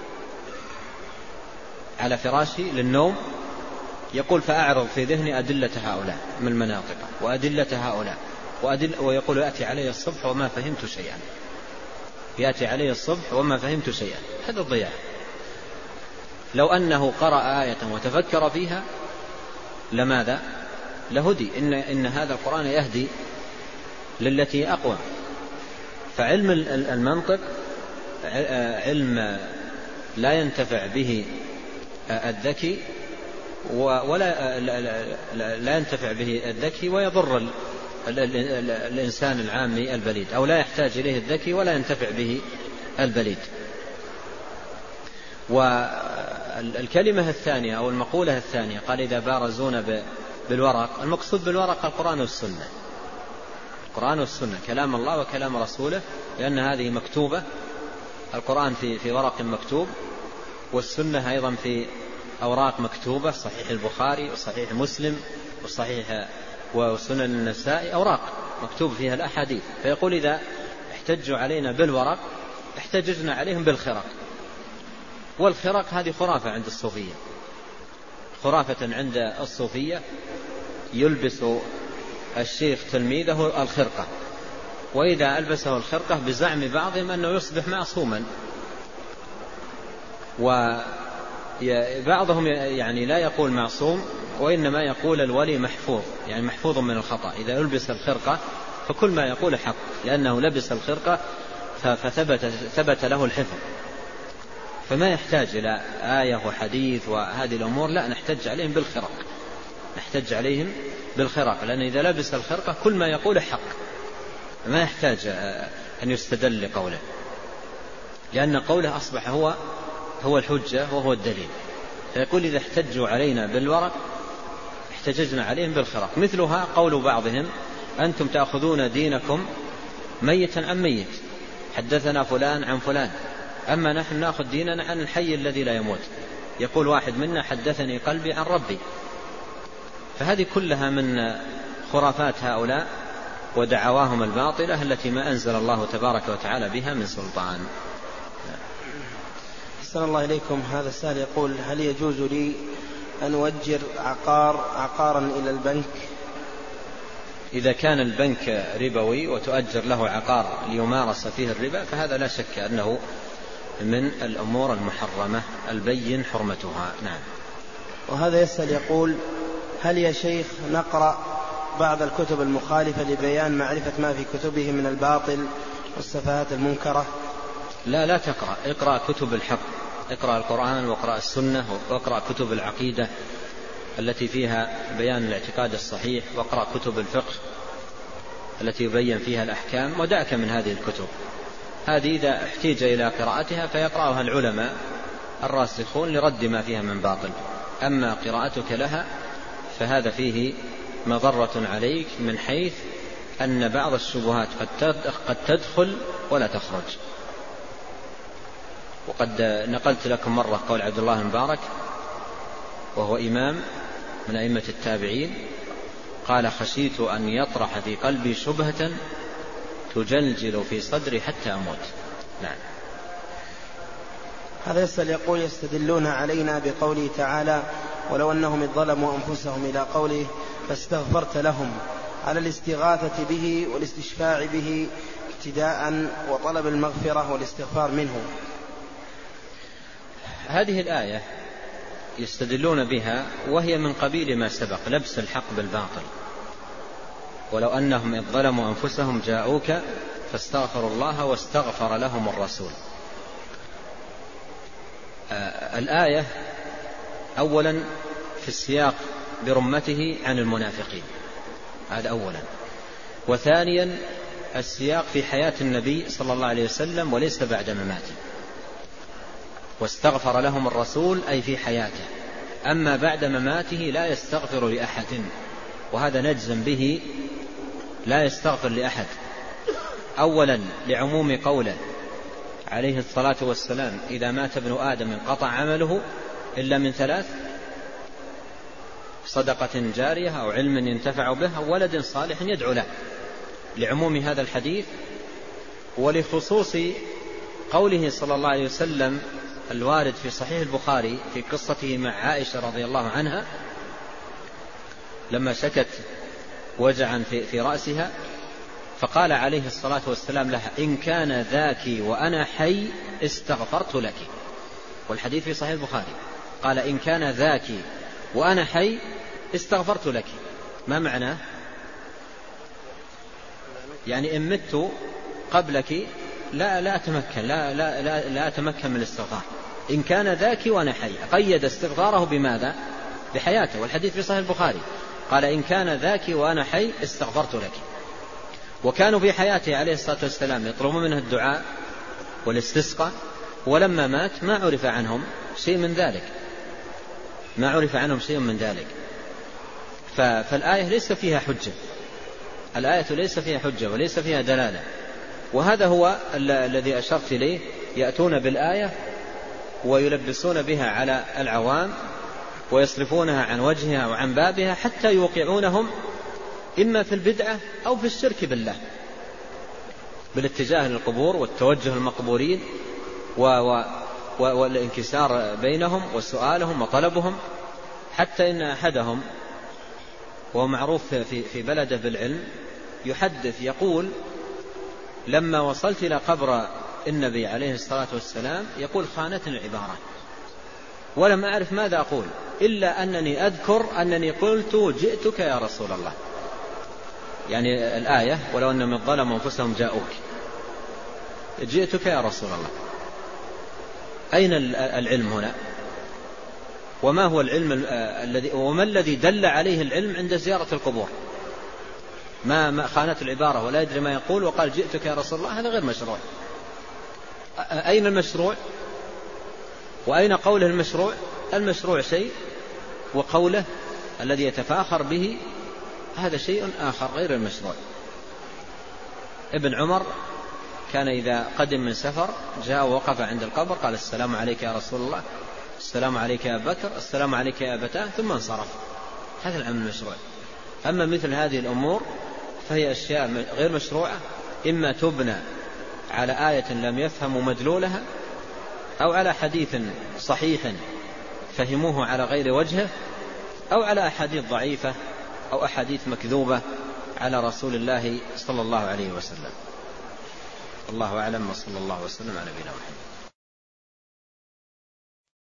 على فراشي للنوم، يقول فأعرض في ذهني أدلة هؤلاء من المناطق وأدلة هؤلاء وأدل ويقول يأتي علي الصبح وما فهمت شيئا، يأتي علي الصبح وما فهمت شيئا. هذا الضياع. لو أنه قرأ آية وتفكر فيها لماذا؟ لهدي. إن, إن هذا القرآن يهدي للتي أقوى. فعلم المنطق علم لا ينتفع به الذكي ولا لا ينتفع به الذكي ويضر الإنسان العامي البليد، أو لا يحتاج إليه الذكي ولا ينتفع به البليد. والكلمة الثانية أو المقولة الثانية قال: إذا بارزون بالورق، المقصود بالورق القرآن والسنة. القرآن والسنة كلام الله وكلام رسوله، لأن هذه مكتوبة. القرآن في في ورق مكتوب، والسنة أيضا في أوراق مكتوبة، صحيح البخاري وصحيح مسلم وصحيح وسنن النسائي، أوراق مكتوب فيها الأحاديث. فيقول: إذا احتجوا علينا بالورق احتججنا عليهم بالخرق. والخرق هذه خرافة عند الصوفية، خرافة عند الصوفية. يلبس الشيخ تلميذه الخرقة، وإذا ألبسه الخرقة بزعم بعضهم أنه يصبح معصوما. وبعضهم يعني لا يقول معصوم، وإنما يقول الولي محفوظ، يعني محفوظ من الخطأ. إذا يلبس الخرقة فكل ما يقول حق، لأنه لبس الخرقة فثبت ثبت له الحفظ. فما يحتاج إلى آية وحديث وهذه الأمور، لا، نحتج عليهم بالخرق، نحتج عليهم بالخرق، لأن إذا لبس الخرقة كل ما يقول حق، ما يحتاج أن يستدل لقوله، لأن قوله أصبح هو هو الحجة وهو الدليل. فيقول: إذا احتجوا علينا بالورق احتججنا عليهم بالخرق. مثلها قول بعضهم: أنتم تأخذون دينكم ميتا عن ميت، حدثنا فلان عن فلان، أما نحن نأخذ ديننا عن الحي الذي لا يموت. يقول واحد منا: حدثني قلبي عن ربي. فهذه كلها من خرافات هؤلاء ودعواهم الباطلة التي ما أنزل الله تبارك وتعالى بها من سلطان. أحسن الله إليكم. هذا السائل يقول: هل يجوز لي أن أؤجر عقار عقارا إلى البنك؟ إذا كان البنك ربوي وتؤجر له عقار ليمارس فيه الربا فهذا لا شك أنه من الأمور المحرمة البين حرمتها. نعم. وهذا يسأل يقول: هل يا شيخ نقرأ بعض الكتب المخالفة لبيان معرفة ما في كتبه من الباطل والسفاهات المنكرة؟ لا لا تقرأ، اقرأ كتب الحق، اقرأ القرآن واقرأ السنة واقرأ كتب العقيدة التي فيها بيان الاعتقاد الصحيح، واقرأ كتب الفقه التي يبين فيها الأحكام، ودعك من هذه الكتب. هذه إذا احتيج إلى قراءتها فيقرأها العلماء الراسخون لرد ما فيها من باطل. أما قراءتك لها فهذا فيه مضرة عليك، من حيث أن بعض الشبهات قد تدخل ولا تخرج. وقد نقلت لكم مرة قول عبد الله المبارك وهو إمام من أئمة التابعين، قال: خشيت أن يطرح في قلبي شبهة تجلجل في صدري حتى أموت. نعم. هذا يسأل يقول: يستدلون علينا بقوله تعالى: ولو أنهم ظلموا أنفسهم، إلى قوله: فاستغفرت لهم، على الاستغاثة به والاستشفاع به ابتداء وطلب المغفرة والاستغفار منه. هذه الآية يستدلون بها وهي من قبيل ما سبق، لبس الحق بالباطل. ولو أنهم إذ ظلموا أنفسهم جاءوك فاستغفروا الله واستغفر لهم الرسول. الآية أولا في السياق برمته عن المنافقين، هذا أولا. وثانيا السياق في حياة النبي صلى الله عليه وسلم وليس بعد مماته، واستغفر لهم الرسول أي في حياته، أما بعد مماته لا يستغفر لأحد، وهذا نجزم به، لا يستغفر لأحد. أولا لعموم قوله عليه الصلاة والسلام: إذا مات ابن آدم انقطع عمله إلا من ثلاث: صدقة جارية أو علم ينتفع به أو ولد صالح يدعو له، لعموم هذا الحديث. ولخصوص قوله صلى الله عليه وسلم الوارد في صحيح البخاري في قصته مع عائشة رضي الله عنها لما شكت وجعا في, في رأسها، فقال عليه الصلاة والسلام لها: إن كان ذاك وأنا حي استغفرت لك. والحديث في صحيح البخاري، قال: إن كان ذاك وأنا حي استغفرت لك. ما معناه؟ يعني إن مت قبلك لا لا أتمكن لا لا لا, لا أتمكن من الاستغفار. إن كان ذاك وأنا حي، قيد استغفاره بماذا؟ بحياته. والحديث في صحيح البخاري قال: إن كان ذاك وأنا حي استغفرت لك. وكانوا في حياته عليه الصلاة والسلام يطلبون منه الدعاء والاستسقاء، ولما مات ما عرف عنهم شيء من ذلك، ما عرف عنهم شيء من ذلك. فالآية ليس فيها حجة، الآية ليس فيها حجة وليس فيها دلالة. وهذا هو الذي أشرت إليه، يأتون بالآية ويلبسون بها على العوام ويصرفونها عن وجهها وعن بابها حتى يوقعونهم إما في البدعة أو في الشرك بالله، بالاتجاه للقبور والتوجه المقبورين والانكسار بينهم وسؤالهم وطلبهم. حتى إن أحدهم وهو معروف في بلده بالعلم يحدث يقول: لما وصلت إلى قبر النبي عليه الصلاة والسلام يقول: خانتني العبارة ولم أعرف ماذا أقول، إلا أنني أذكر أنني قلت: جئتك يا رسول الله. يعني الآية: ولو أنهم ظلموا أنفسهم جاءوك، جئتك يا رسول الله. أين العلم هنا؟ وما هو العلم الذي وما الذي دل عليه العلم عند زيارة القبور؟ ما خانت العبارة ولا يدري ما يقول وقال: جئتك يا رسول الله، هذا غير مشروع. أين المشروع؟ وأين قوله المشروع؟ المشروع شيء، وقوله الذي يتفاخر به هذا شيء آخر غير المشروع. ابن عمر كان إذا قدم من سفر جاء ووقف عند القبر قال: السلام عليك يا رسول الله، السلام عليك يا بكر، السلام عليك يا أبتاه، ثم انصرف. هذا العمل المشروع. أما مثل هذه الأمور فهي أشياء غير مشروعة، إما تبنى على آية لم يفهموا مدلولها، أو على حديث صحيح فهموه على غير وجهه، أو على أحاديث ضعيفة أو أحاديث مكذوبة على رسول الله صلى الله عليه وسلم. الله أعلم، وصلى الله وسلم على نبينا محمد.